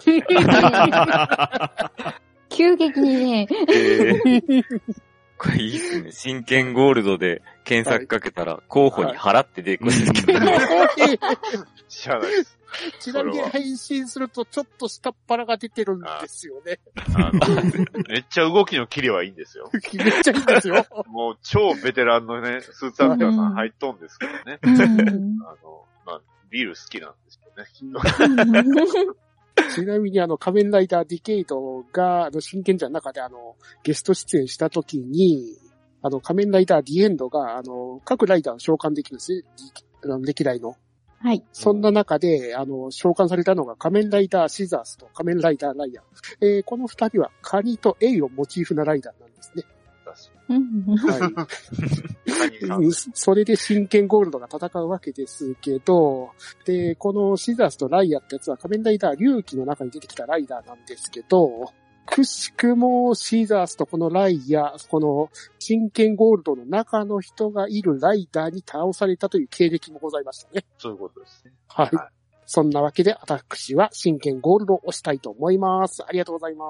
ね。急激にね。 これいいっすね。真剣ゴールドで検索かけたら、候補に払って出てくるんですけど。 知らないです。 ちなみに配信するとちょっと下っ腹が出てるんですよね。 めっちゃ動きのキレはいいんですよ。 めっちゃいいんですよ。 もう超ベテランのね、スーツアクターさん入っとんですけどね。まあ、ビール好きなんですよね、きっと。 ちなみに仮面ライダーディケイドが、真剣者の中でゲスト出演した時に、仮面ライダーディエンドが、各ライダーを召喚できるんですね。歴代の。 はい。 そんな中で、召喚されたのが仮面ライダーシザースと仮面ライダーライアン。この二人はカニとエイをモチーフなライダーなんですね。はい。それで真剣ゴールドが戦うわけですけど、で、このシザースとライアってやつは仮面ライダー龍騎の中に出てきたライダーなんですけど、くしくもシザースとこのライア、この真剣ゴールドの中の人がいるライダーに倒されたという経歴もございましたね。 そういうことですね。 はい。そんなわけで私は真剣ゴールドを押したいと思います。ありがとうございます。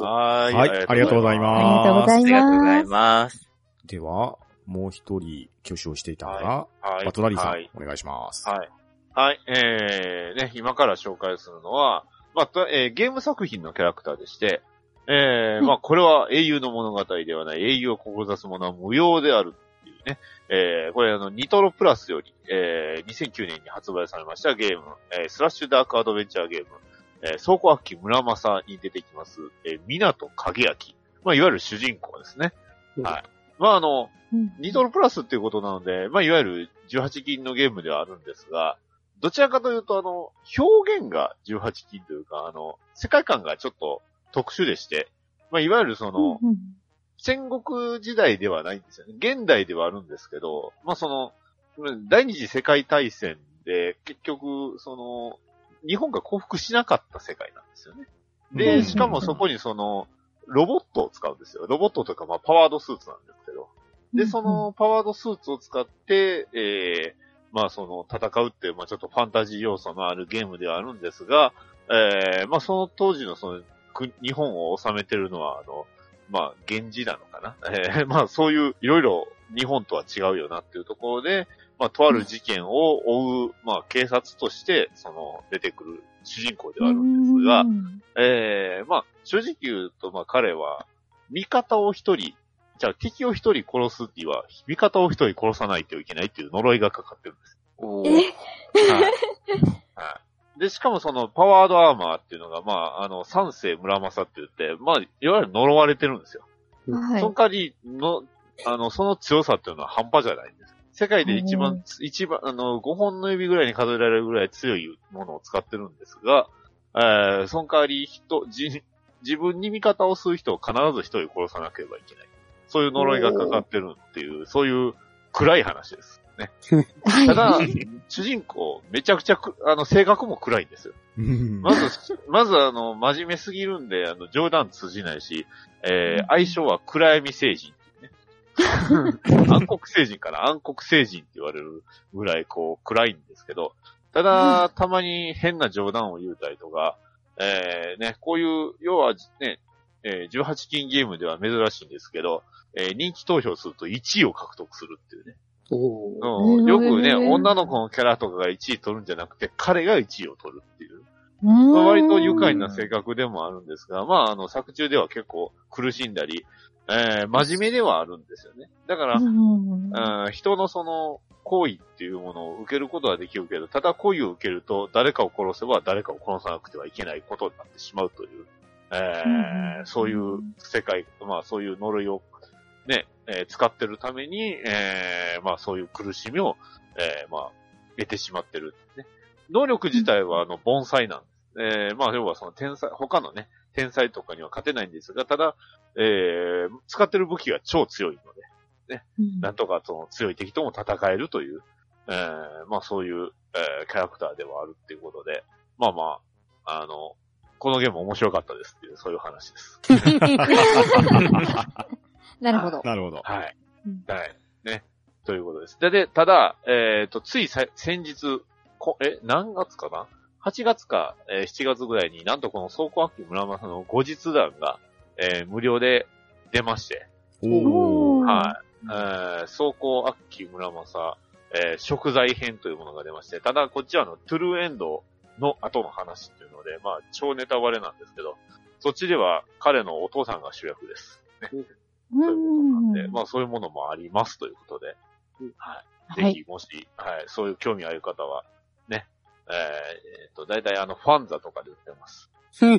はい。 ありがとうございます。 ありがとうございます。 ありがとうございます。 では、もう一人挙手をしていたのが、バトラリーさん、お願いします。 はい。はい。ね、今から紹介するのは、まあ、ゲーム作品のキャラクターでして、まあ、これは英雄の物語ではない、英雄を志す者は無用であるっていうね。これニトロプラスより、2009年に発売されましたゲーム、スラッシュダークアドベンチャーゲーム、倉庫悪鬼村正に出てきます、港影明。まあ、いわゆる主人公ですね。はい。まあ、ニトロプラスっていうことなので、まあ、いわゆる18禁のゲームではあるんですが、どちらかというと、表現が18禁というか、世界観がちょっと特殊でして、まあ、いわゆる戦国時代ではないんですよね。現代ではあるんですけど、まあ、第二次世界大戦で、結局、日本が降伏しなかった世界なんですよね。で、しかもそこにロボットを使うんですよ。ロボットというか、まあ、パワードスーツなんですけど。で、そのパワードスーツを使って、まあ戦うっていう、まあちょっとファンタジー要素のあるゲームではあるんですが、まあその当時の日本を治めてるのは、まあ源氏なのかな。まあそういう、いろいろ日本とは違うよなっていうところで、まあとある事件を追う、まあ警察として、出てくる主人公ではあるんですが、まあ正直言うと、まあ彼は、味方を一人、じゃあ敵を一人殺すっていうは、味方を一人殺さないといけないっていう呪いがかかってるんです。はい。で、しかもパワードアーマーっていうのが、まあ、三世村正って言って、まあ、いわゆる呪われてるんですよ。はい、その代わりの、その強さっていうのは半端じゃないんです。世界で一番、5本の指ぐらいに数えられるぐらい強いものを使ってるんですが、その代わり自分に味方をする人を必ず一人殺さなければいけない。そういう呪いがかかってるっていう、そういう暗い話です。ね。ただ、主人公、めちゃくちゃ性格も暗いんですよ。まず真面目すぎるんで、冗談通じないし、相性は暗闇星人っていうね。暗黒星人かな暗黒星人って言われるぐらい、暗いんですけど、ただ、たまに変な冗談を言うたりとか、ね、こういう、要はね、18禁ゲームでは珍しいんですけど、人気投票すると1位を獲得するっていうね。よくね、女の子のキャラとかが1位取るんじゃなくて、彼が1位を取るっていう。まあ、割と愉快な性格でもあるんですが、まあ、作中では結構苦しんだり、真面目ではあるんですよね。だから、人の行為っていうものを受けることはできるけど、ただ行為を受けると誰かを殺せば誰かを殺さなくてはいけないことになってしまうという、そういう世界、まあそういう呪いをね、使ってるために、まあそういう苦しみを、まあ得てしまってる、ね。能力自体は盆栽なんです。まあ要は他のね、天才とかには勝てないんですが、ただ、使ってる武器が超強いので、ね、なんとか強い敵とも戦えるという、 まあそういう、キャラクターではあるっていうことで、まあまあ、このゲーム面白かったですっていう、そういう話です。 なるほど。 なるほど。 はい。はい。ね。ということです。で、ただ、つい先日、何月かな ?8 月か、7月ぐらいになんとこの倉庫アッキー村正の後日談が、無料で出まして。はい。倉庫アッキー村正、食材編というものが出まして、ただこっちはトゥルーエンドの後の話っていうので、まあ超ネタバレなんですけど、そっちでは彼のお父さんが主役です。ね。そういうことなんで、まあそういうものもありますということで、はい。ぜひもし、はい、そういう興味ある方は、ね、だいたいファンザとかで売ってます。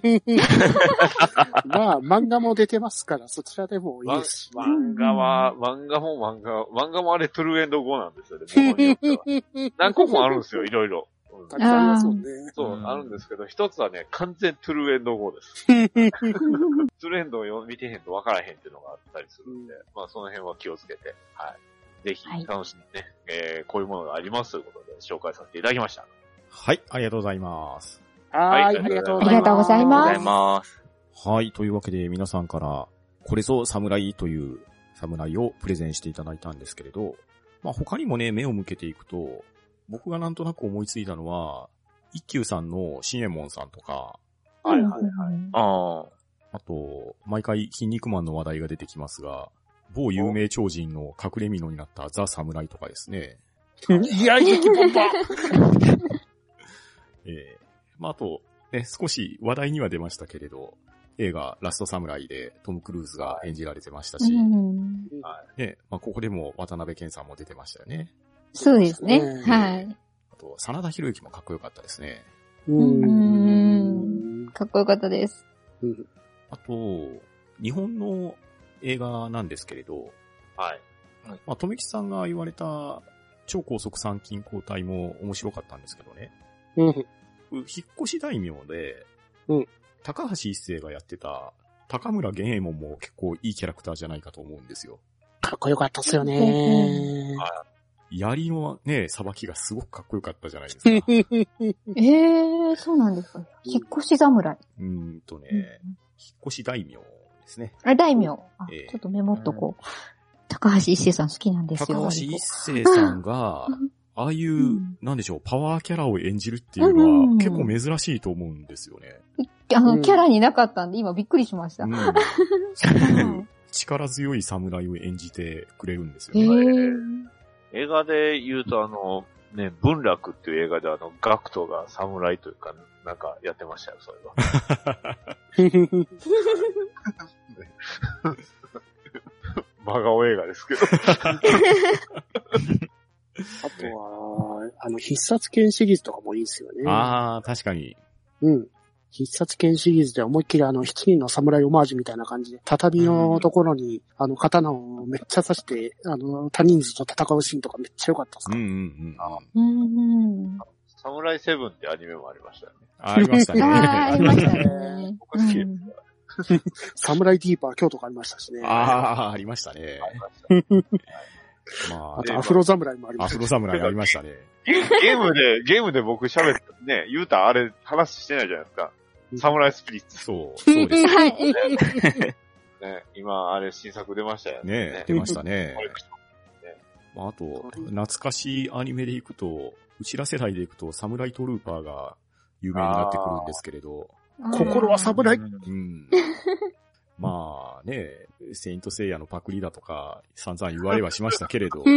まあ、漫画も出てますから、そちらでもいいですし。 漫画もあれトゥルーエンド5なんですよね、ものによっては。何個もあるんですよ、いろいろ。 たくさんありますもんね。 そう、あるんですけど、一つはね、完全トゥルーエンド5です。トゥルーエンドを見てへんと分からへんっていうのがあったりするんで、まあその辺は気をつけて、はい。ぜひ楽しんでね、こういうものがありますということで紹介させていただきました。 はい、ありがとうございます。 はい、ありがとうございます。 ありがとうございます。 はい、というわけで皆さんから、これぞ侍という侍をプレゼンしていただいたんですけれど、まあ他にもね、目を向けていくと、僕がなんとなく思いついたのは、一休さんのシエモンさんとか、 はいはいはい。 あと、毎回筋肉マンの話題が出てきますが、某有名超人の隠れ蓑になったザ・侍とかですね。 いや、激ボンバまあ、あと、ね、少し話題には出ましたけれど、映画ラストサムライでトム・クルーズが演じられてましたし、ね、まあ、ここでも渡辺謙さんも出てましたよね。 そうですね。はい。 あと、真田広之もかっこよかったですね。 かっこよかったです。 あと、日本の映画なんですけれど、 はい。 まあ、富吉さんが言われた超高速参勤交代も面白かったんですけどね。引っ越し大名で、高橋一生がやってた高村源右衛門も結構いいキャラクターじゃないかと思うんですよ。 かっこよかったっすよね。 槍のね、さばきがすごくかっこよかったじゃないですか。 そうなんですか。引っ越し侍。 引っ越し大名ですね。 大名。ちょっとメモっとこう。高橋一生さん好きなんですよ。 高橋一生さんが、ああいう、なんでしょう、パワーキャラを演じるっていうのは結構珍しいと思うんですよね。 キャラになかったんで今びっくりしました。 力強い侍を演じてくれるんですよね。 映画で言うとね、文楽っていう映画でガクトが侍というか、なんかやってましたよ、それは。真顔映画ですけど。 あとは、必殺剣シリーズとかもいいですよね。 ああ、確かに。 必殺剣シリーズで思いっきり七人の侍オマージュみたいな感じで、畳のところに、刀をめっちゃ刺して、他人数と戦うシーンとかめっちゃ良かったですから。 侍セブンってアニメもありましたよね。 ありましたね。 ありましたね。 僕好きです。 サムライディーパー京都がありましたしね。 ありましたね。 まあ、あとアフロ侍もありました。 アフロ侍ありましたね。 ゲームで僕喋って、ね、言うたらあれ話してないじゃないですか。サムライスピリッツ。 そうです。 ね、今、あれ新作出ましたよね。 ね、出ましたね。まあ、あと、懐かしいアニメでいくと、うちら世代でいくと、サムライトルーパーが有名になってくるんですけれど。 心はサムライ。 まあね、セイントセイヤのパクリだとか、散々言われはしましたけれど。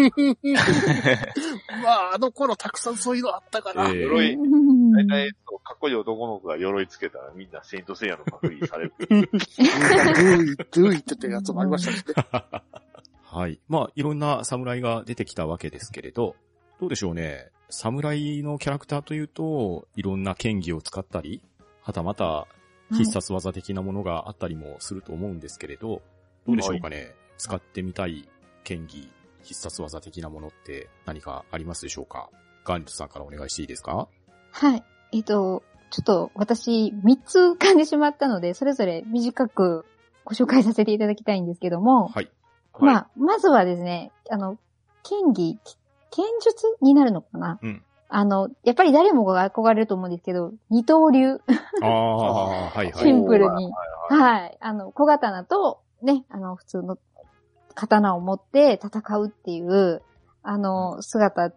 まあ、頃たくさんそういうのあったから。 鎧、大体、かっこいい男の子が鎧つけたらみんなセイントセイヤのパクリされる。 ドゥイってやつもありましたしね。 はい。まあ、いろんな侍が出てきたわけですけれど、どうでしょうね。侍のキャラクターというと、いろんな剣技を使ったり、はたまた必殺技的なものがあったりもすると思うんですけれど、どうでしょうかね。使ってみたい剣技、必殺技的なものって何かありますでしょうか。ガンリットさんからお願いしていいですか。 はい。ちょっと私3つ浮かんでしまったので、それぞれ短くご紹介させていただきたいんですけども、 はい。 まあ、まずはですね、剣技剣術になるのかな。やっぱり誰もが憧れると思うんですけど、二刀流。 はいはい。 シンプルに。はい。小刀と、ね、普通の刀を持って戦うっていう、姿って、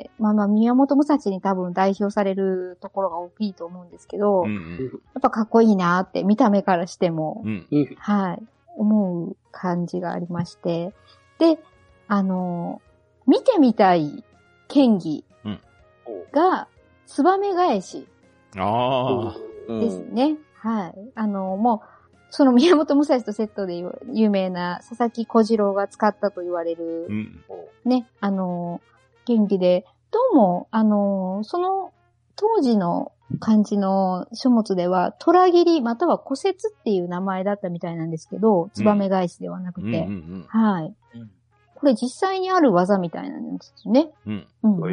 宮本武蔵に多分代表されるところが大きいと思うんですけど、やっぱかっこいいなって、見た目からしても、はい、思う感じがありまして。で、見てみたい剣技が、ツバメ返し。ですね。はい。もう、その宮本武蔵とセットで有名な佐々木小次郎が使ったと言われる、ね、剣技で、どうも、その当時の漢字の書物では、虎切りまたは虎折っていう名前だったみたいなんですけど、ツバメ返しではなくて、はい。これ実際にある技みたいなんですね。こう、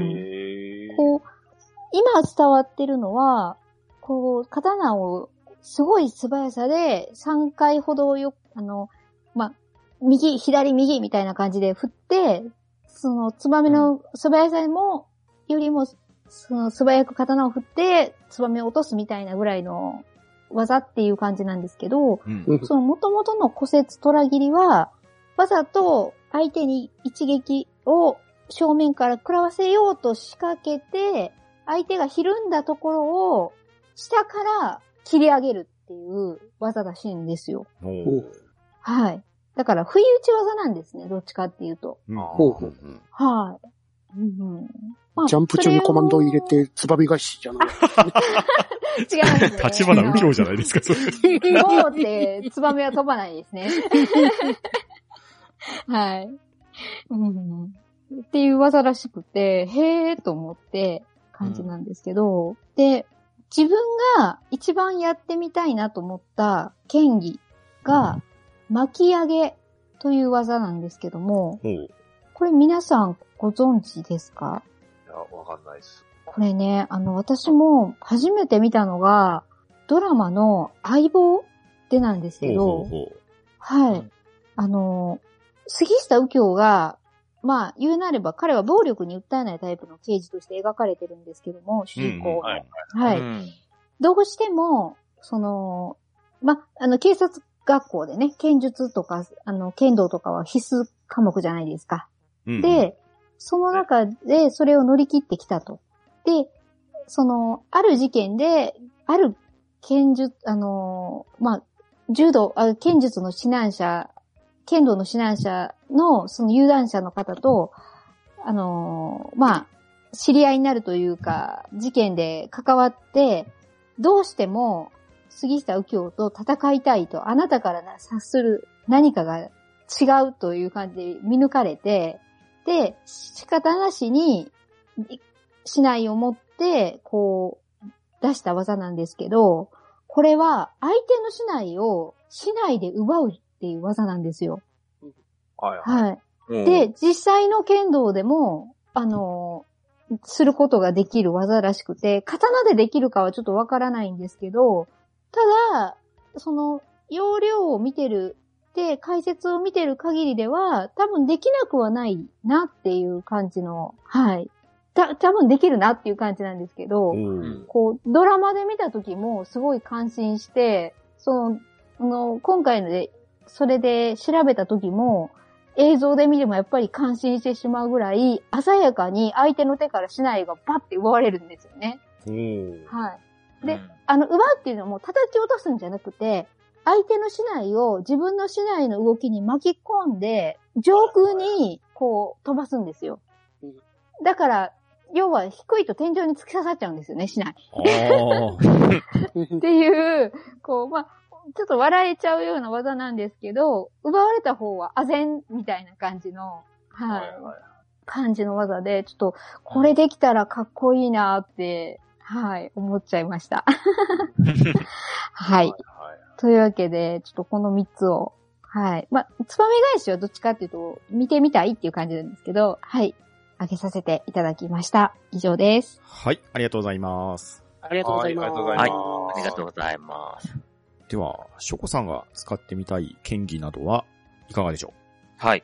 今伝わってるのは、こう、刀をすごい素早さで3回ほど右、左、右みたいな感じで振って、そのツバメの素早さよりも、その素早く刀を振って、ツバメを落とすみたいなぐらいの技っていう感じなんですけど、その元々の虎折虎切りは、わざと相手に一撃を正面から食らわせようと仕掛けて、相手がひるんだところを下から切り上げるっていう技らしいんですよ。はい。だから、不意打ち技なんですね、どっちかっていうと。はい。 ジャンプ中にコマンドを入れて、ツバメ返しじゃない。 違いますね。 立花右京じゃないですか、それ。 もうって、ツバメは飛ばないですね。はい。っていう技らしくて、へーと思って感じなんですけど、で、自分が一番やってみたいなと思った剣技が巻き上げという技なんですけども、これ皆さんご存知ですか？ いや、わかんないです。 これね、私も初めて見たのがドラマの相棒でなんですけど、はい。杉下右京が、言うなれば彼は暴力に訴えないタイプの刑事として描かれてるんですけども、主人公が。はい。どうしても、警察学校でね、剣術とか、剣道とかは必須科目じゃないですか。で、その中でそれを乗り切ってきたと。で、ある事件で、ある剣術、剣術の指南者、剣道の指南者のその有段者の方と、知り合いになるというか、事件で関わって、どうしても杉下右京と戦いたいと、あなたから察する何かが違うという感じで見抜かれて、で、仕方なしに、竹刀を持って、こう、出した技なんですけど、これは相手の竹刀を竹刀で奪うっていう技なんですよ。はい。で、実際の剣道でも、することができる技らしくて、刀でできるかはちょっとわからないんですけど、ただ、その、要領を見てる、で、解説を見てる限りでは、多分できなくはないなっていう感じの、はい。多分できるなっていう感じなんですけど、こう、ドラマで見た時もすごい感心して、今回ので、それで調べた時も、映像で見てもやっぱり感心してしまうぐらい、鮮やかに相手の手から竹刀がバッて奪われるんですよね。はい。で、奪うっていうのも叩き落とすんじゃなくて、相手の竹刀を自分の竹刀の動きに巻き込んで、上空にこう飛ばすんですよ。だから、要は低いと天井に突き刺さっちゃうんですよね、竹刀。っていう、こう、ちょっと笑えちゃうような技なんですけど、奪われた方は唖然みたいな感じの、感じの技で、ちょっと、これできたらかっこいいなって、思っちゃいました。はい。というわけで、ちょっとこの3つを、つばめ返しはどっちかっていうと、見てみたいっていう感じなんですけど、あげさせていただきました。以上です。 はい、ありがとうございます。 ありがとうございます。 ありがとうございます。 では、ショコさんが使ってみたい剣技などはいかがでしょう？ はい。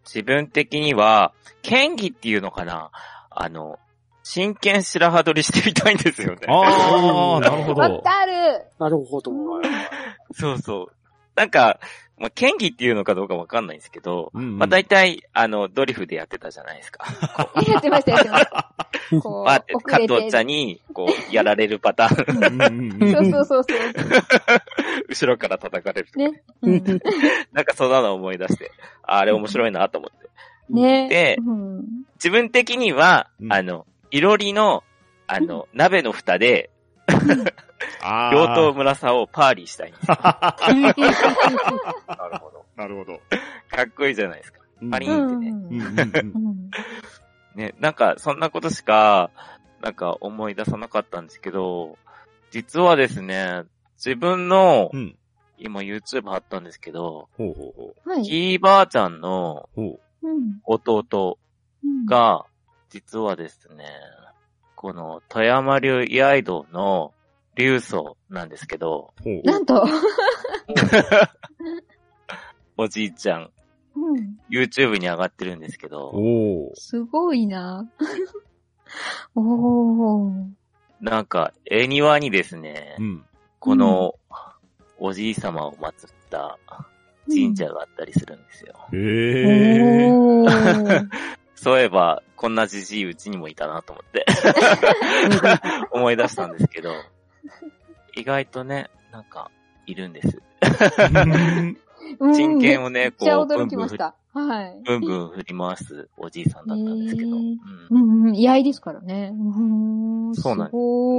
自分的には、剣技っていうのかな、真剣白羽取りしてみたいんですよね。 ああ、なるほど。 わかる。 なるほど。 そうそう。なんか、まあ、剣技っていうのかどうかわかんないんですけど、まあ大体、ドリフでやってたじゃないですか。 やってました、やってました。こう、 加藤ちゃんに、こう、やられるパターン。 そう。 後ろから叩かれるとか。 ね。 なんかそんなの思い出して、あれ面白いなと思って。 ね。 で、自分的には、いろりの、鍋の蓋で、両党村さをパーリーしたいんですよ。 なるほど。 なるほど。 かっこいいじゃないですか。パリンってね。ね、なんか、そんなことしか、なんか思い出さなかったんですけど、実はですね、自分の、今 YouTube 貼ったんですけど、ひいばあちゃんの弟が、実はですね、この富山流居合道の流祖なんですけど、 なんとおじいちゃん、YouTube に上がってるんですけど、 すごいな。 なんか、絵庭にですね、この、おじい様を祀った神社があったりするんですよ。そういえば、こんなじじいうちにもいたなと思って、思い出したんですけど、意外とね、なんか、いるんです。真剣をね、こう、 驚きました。はい。 ブンブン振り回すおじいさんだったんですけど。 居合ですからね。 そうなんです。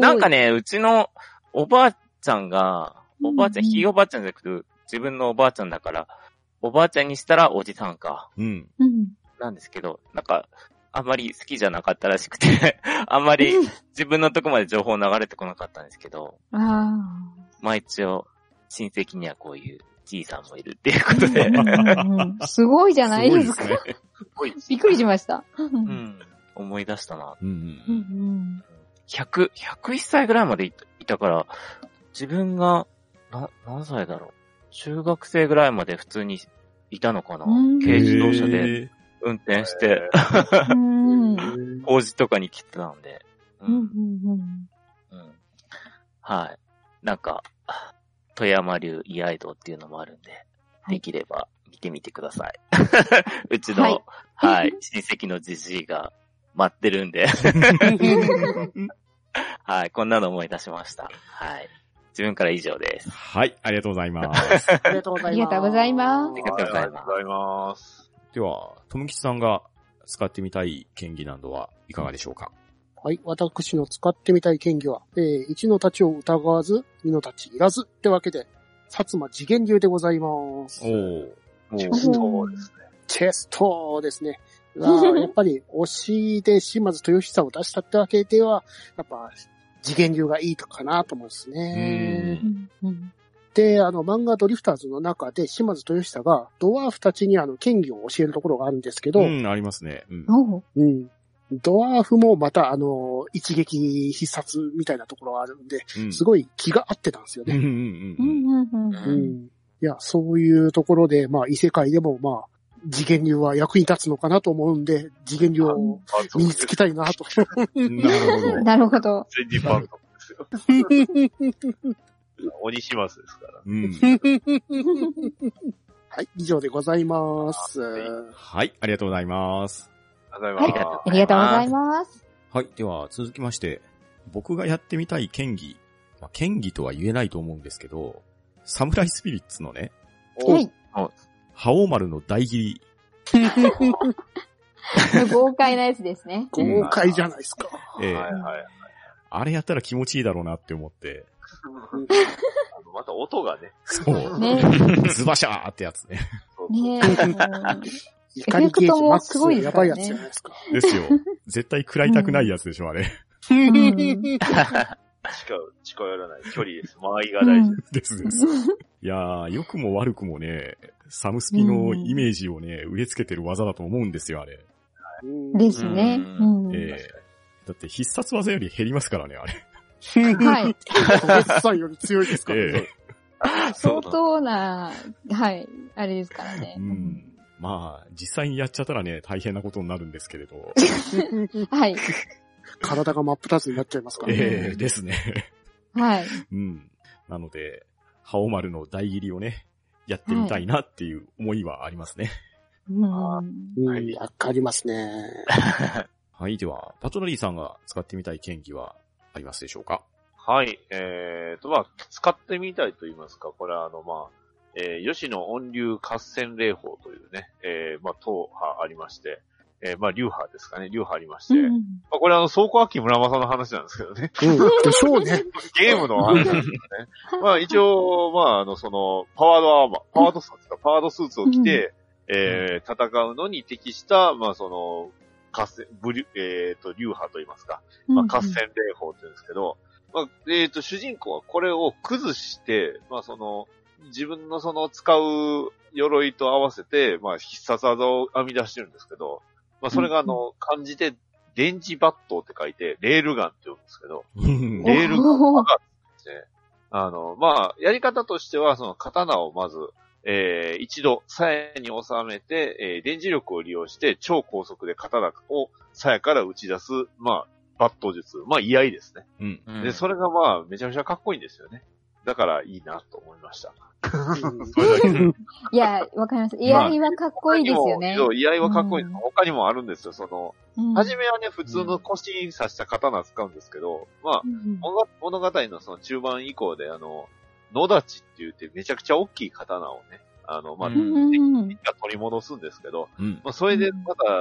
なんかね、うちのおばあちゃんが、ひいおばあちゃんじゃなくて、自分のおばあちゃんだから、おばあちゃんにしたらおじさんか。なんですけど、なんか、あんまり好きじゃなかったらしくて、あんまり自分のとこまで情報流れてこなかったんですけど、まあ一応、親戚にはこういうじいさんもいるっていうことで。 すごいじゃないですか。びっくりしました。 思い出したな。101歳ぐらいまでいたから、自分が、何歳だろう。中学生ぐらいまで普通にいたのかな。軽自動車で運転して、工事とかに来てたんで。はい。なんか、富山流居合道っていうのもあるんで、できれば見てみてください。うちの、はい、親戚のじじいが待ってるんで。はい、こんなの思い出しました。はい。自分から以上です。 はい、ありがとうございます。 ありがとうございます。 ありがとうございます。 ありがとうございます。 では、とむきちさんが使ってみたい剣技などはいかがでしょうか？ はい。私の使ってみたい剣技は、一の太刀を疑わず、二の太刀いらずってわけで、薩摩次元流でございます。 チェストですね。 チェストですね。やっぱり、推しで島津豊久を出したってわけでは、やっぱ、次元流がいいかなと思うんですね。で、漫画ドリフターズの中で島津豊久がドワーフたちに剣技を教えるところがあるんですけど、 ありますね。 ドワーフもまた一撃必殺みたいなところがあるんで、すごい気が合ってたんですよね。いや、そういうところで、まあ異世界でもまあ、次元流は役に立つのかなと思うんで、次元流を身につけたいなと。 なるほど。 全日バンドですよ。鬼島津ですから。 はい、以上でございます。 はい、ありがとうございます。 ありがとうございます。 はい。では、続きまして、僕がやってみたい剣技。剣技とは言えないと思うんですけど、サムライスピリッツのね、覇王丸の大斬り。 豪快なやつですね。 豪快じゃないですか。 あれやったら気持ちいいだろうなって思って。 また音がね。 そう。ズバシャーってやつね。 ねエフェクトもすごいやばいやつじゃないですか。 ですよ。絶対食らいたくないやつでしょ、あれ。 近寄らない距離です。間合いが大事です。です。いやー、良くも悪くもね、サムスピのイメージをね、植え付けてる技だと思うんですよ、あれ。 ですね。 だって必殺技より減りますからね、あれ。 はい。 デッサンより強いですからね。 相当な、はい、あれですからね。 まあ、実際にやっちゃったらね、大変なことになるんですけれど。 はい。 体が真っ二つになっちゃいますからね。 ですね。 はい。 うん。なので、ハオマルの大切りをね、やってみたいなっていう思いはありますね。 わかりますね。 はい、では、パトラリーさんが使ってみたい剣技はありますでしょうか？ はい、まあ、使ってみたいと言いますか、これはまあ、吉野音流合戦霊法というね、まあ、党派ありまして、まあ、流派ですかね、流派ありまして、まあ、これ倉庫秋村正の話なんですけどね。 でしょうね。 ゲームの話なんですね。まあ、一応、まあ、その、パワードスーツを着て、戦うのに適した、まあ、その、流派と言いますか、まあ、合戦霊法って言うんですけど、まあ、主人公はこれを崩して、まあ、その、自分のその使う鎧と合わせて、まあ、必殺技を編み出してるんですけど、まあ、それが漢字で、電磁抜刀って書いて、レールガンって言うんですけど、レールガンがですね、まあ、やり方としては、その刀をまず、一度、鞘に収めて、電磁力を利用して、超高速で刀を鞘から打ち出す、まあ、抜刀術。まあ、居合ですね。で、それがまあ、めちゃめちゃかっこいいんですよね。だから、いいなと思いました。それだけいや、わかります。居合はかっこいいですよね。 そう、居合はかっこいい。他にもあるんですよ。その、初めはね、普通の腰に刺した刀使うんですけど、まあ、物語のその中盤以降で、野立ちって言ってめちゃくちゃ大きい刀をね、まあ、敵が取り戻すんですけど、まあ、それでまた、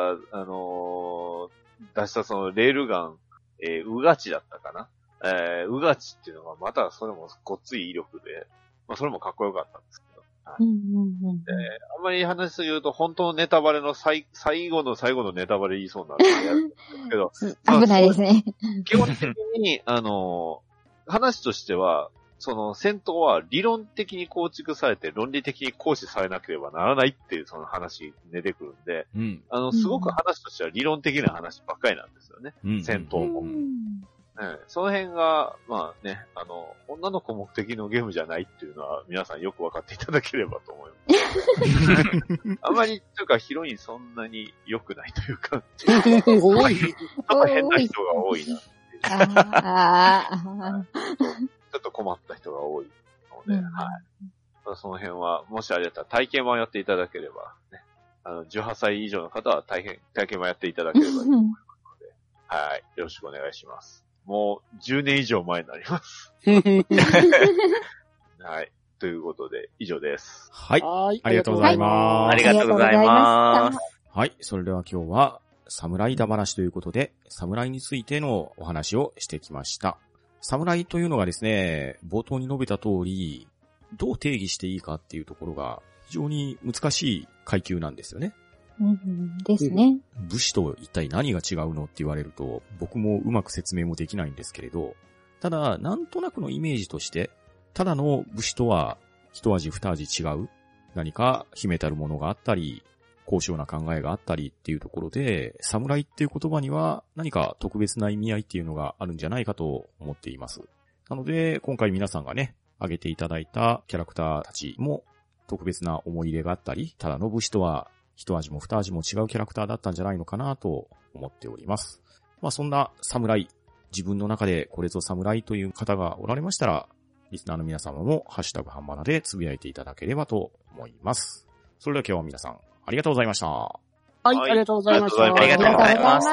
出したそのレールガン、うがちだったかな。うがちっていうのがまたそれもごっつい威力で、まあ、それもかっこよかったんですけど。はいあんまり話す言うと、本当のネタバレの最後のネタバレ言いそうになるんでやるんですけど。 危ないですね。 基本的に、話としては、その戦闘は理論的に構築されて論理的に行使されなければならないっていうその話出てくるんで、すごく話としては理論的な話ばっかりなんですよね。戦闘も。その辺が、まあね、女の子目的のゲームじゃないっていうのは皆さんよく分かっていただければと思います。あまり、というかヒロインそんなに良くないというか、ちょっと変な人が多いなっていう。ちょっと困った人が多いので、はい。その辺は、もしあれだったら体験版やっていただければ、ね、18歳以上の方は体験版やっていただければいいと思いますので、はい。よろしくお願いします。もう10年以上前になります。はい。ということで、以上です。 はい。ありがとうございます。 ありがとうございます。 はい。それでは今日は、侍だ話ということで、侍についてのお話をしてきました。侍というのがですね、冒頭に述べた通り、どう定義していいかっていうところが非常に難しい階級なんですよね。 ですね。 武士と一体何が違うのって言われると、僕もうまく説明もできないんですけれど、ただ、なんとなくのイメージとして、ただの武士とは一味二味違う、何か秘めたるものがあったり、高尚な考えがあったりっていうところで、侍っていう言葉には何か特別な意味合いっていうのがあるんじゃないかと思っています。なので、今回皆さんがね、挙げていただいたキャラクターたちも特別な思い入れがあったり、ただの武士とは一味も二味も違うキャラクターだったんじゃないのかなと思っております。まあそんな侍、自分の中でこれぞ侍という方がおられましたら、リスナーの皆様もハッシュタグハンバナでつぶやいていただければと思います。それでは今日は皆さんありがとうございました。 はい、ありがとうございました。 ありがとうございました。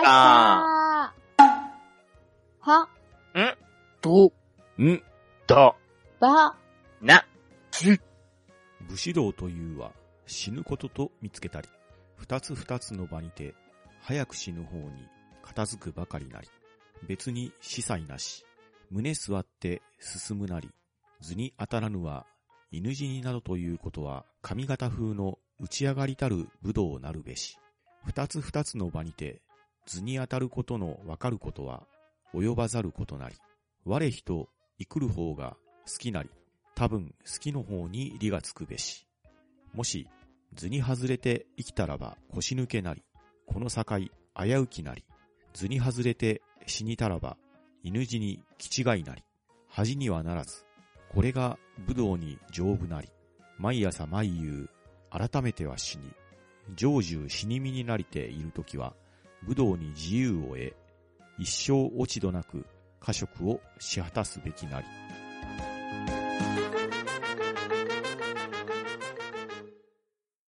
は、 ど、 だ、 ば、 な、 武士道というは死ぬことと見つけたり、二つの場にて早く死ぬ方に片付くばかりなり、別に司祭なし、胸座って進むなり、図に当たらぬは犬死になどということは上方風の打ち上がりたる武道なるべし。二つの場にて図に当たることのわかることは及ばざることなり、我人生くる方が好きなり、多分好きの方に利がつくべし。もし図に外れて生きたらば腰抜けなり、この境危うきなり、図に外れて死にたらば犬死に気違いなり、恥にはならず、これが武道に丈夫なり、毎朝毎夕改めては死に、 常住死に身になりているときは、武道に自由を得、一生落ち度なく、家職をし果たすべきなり。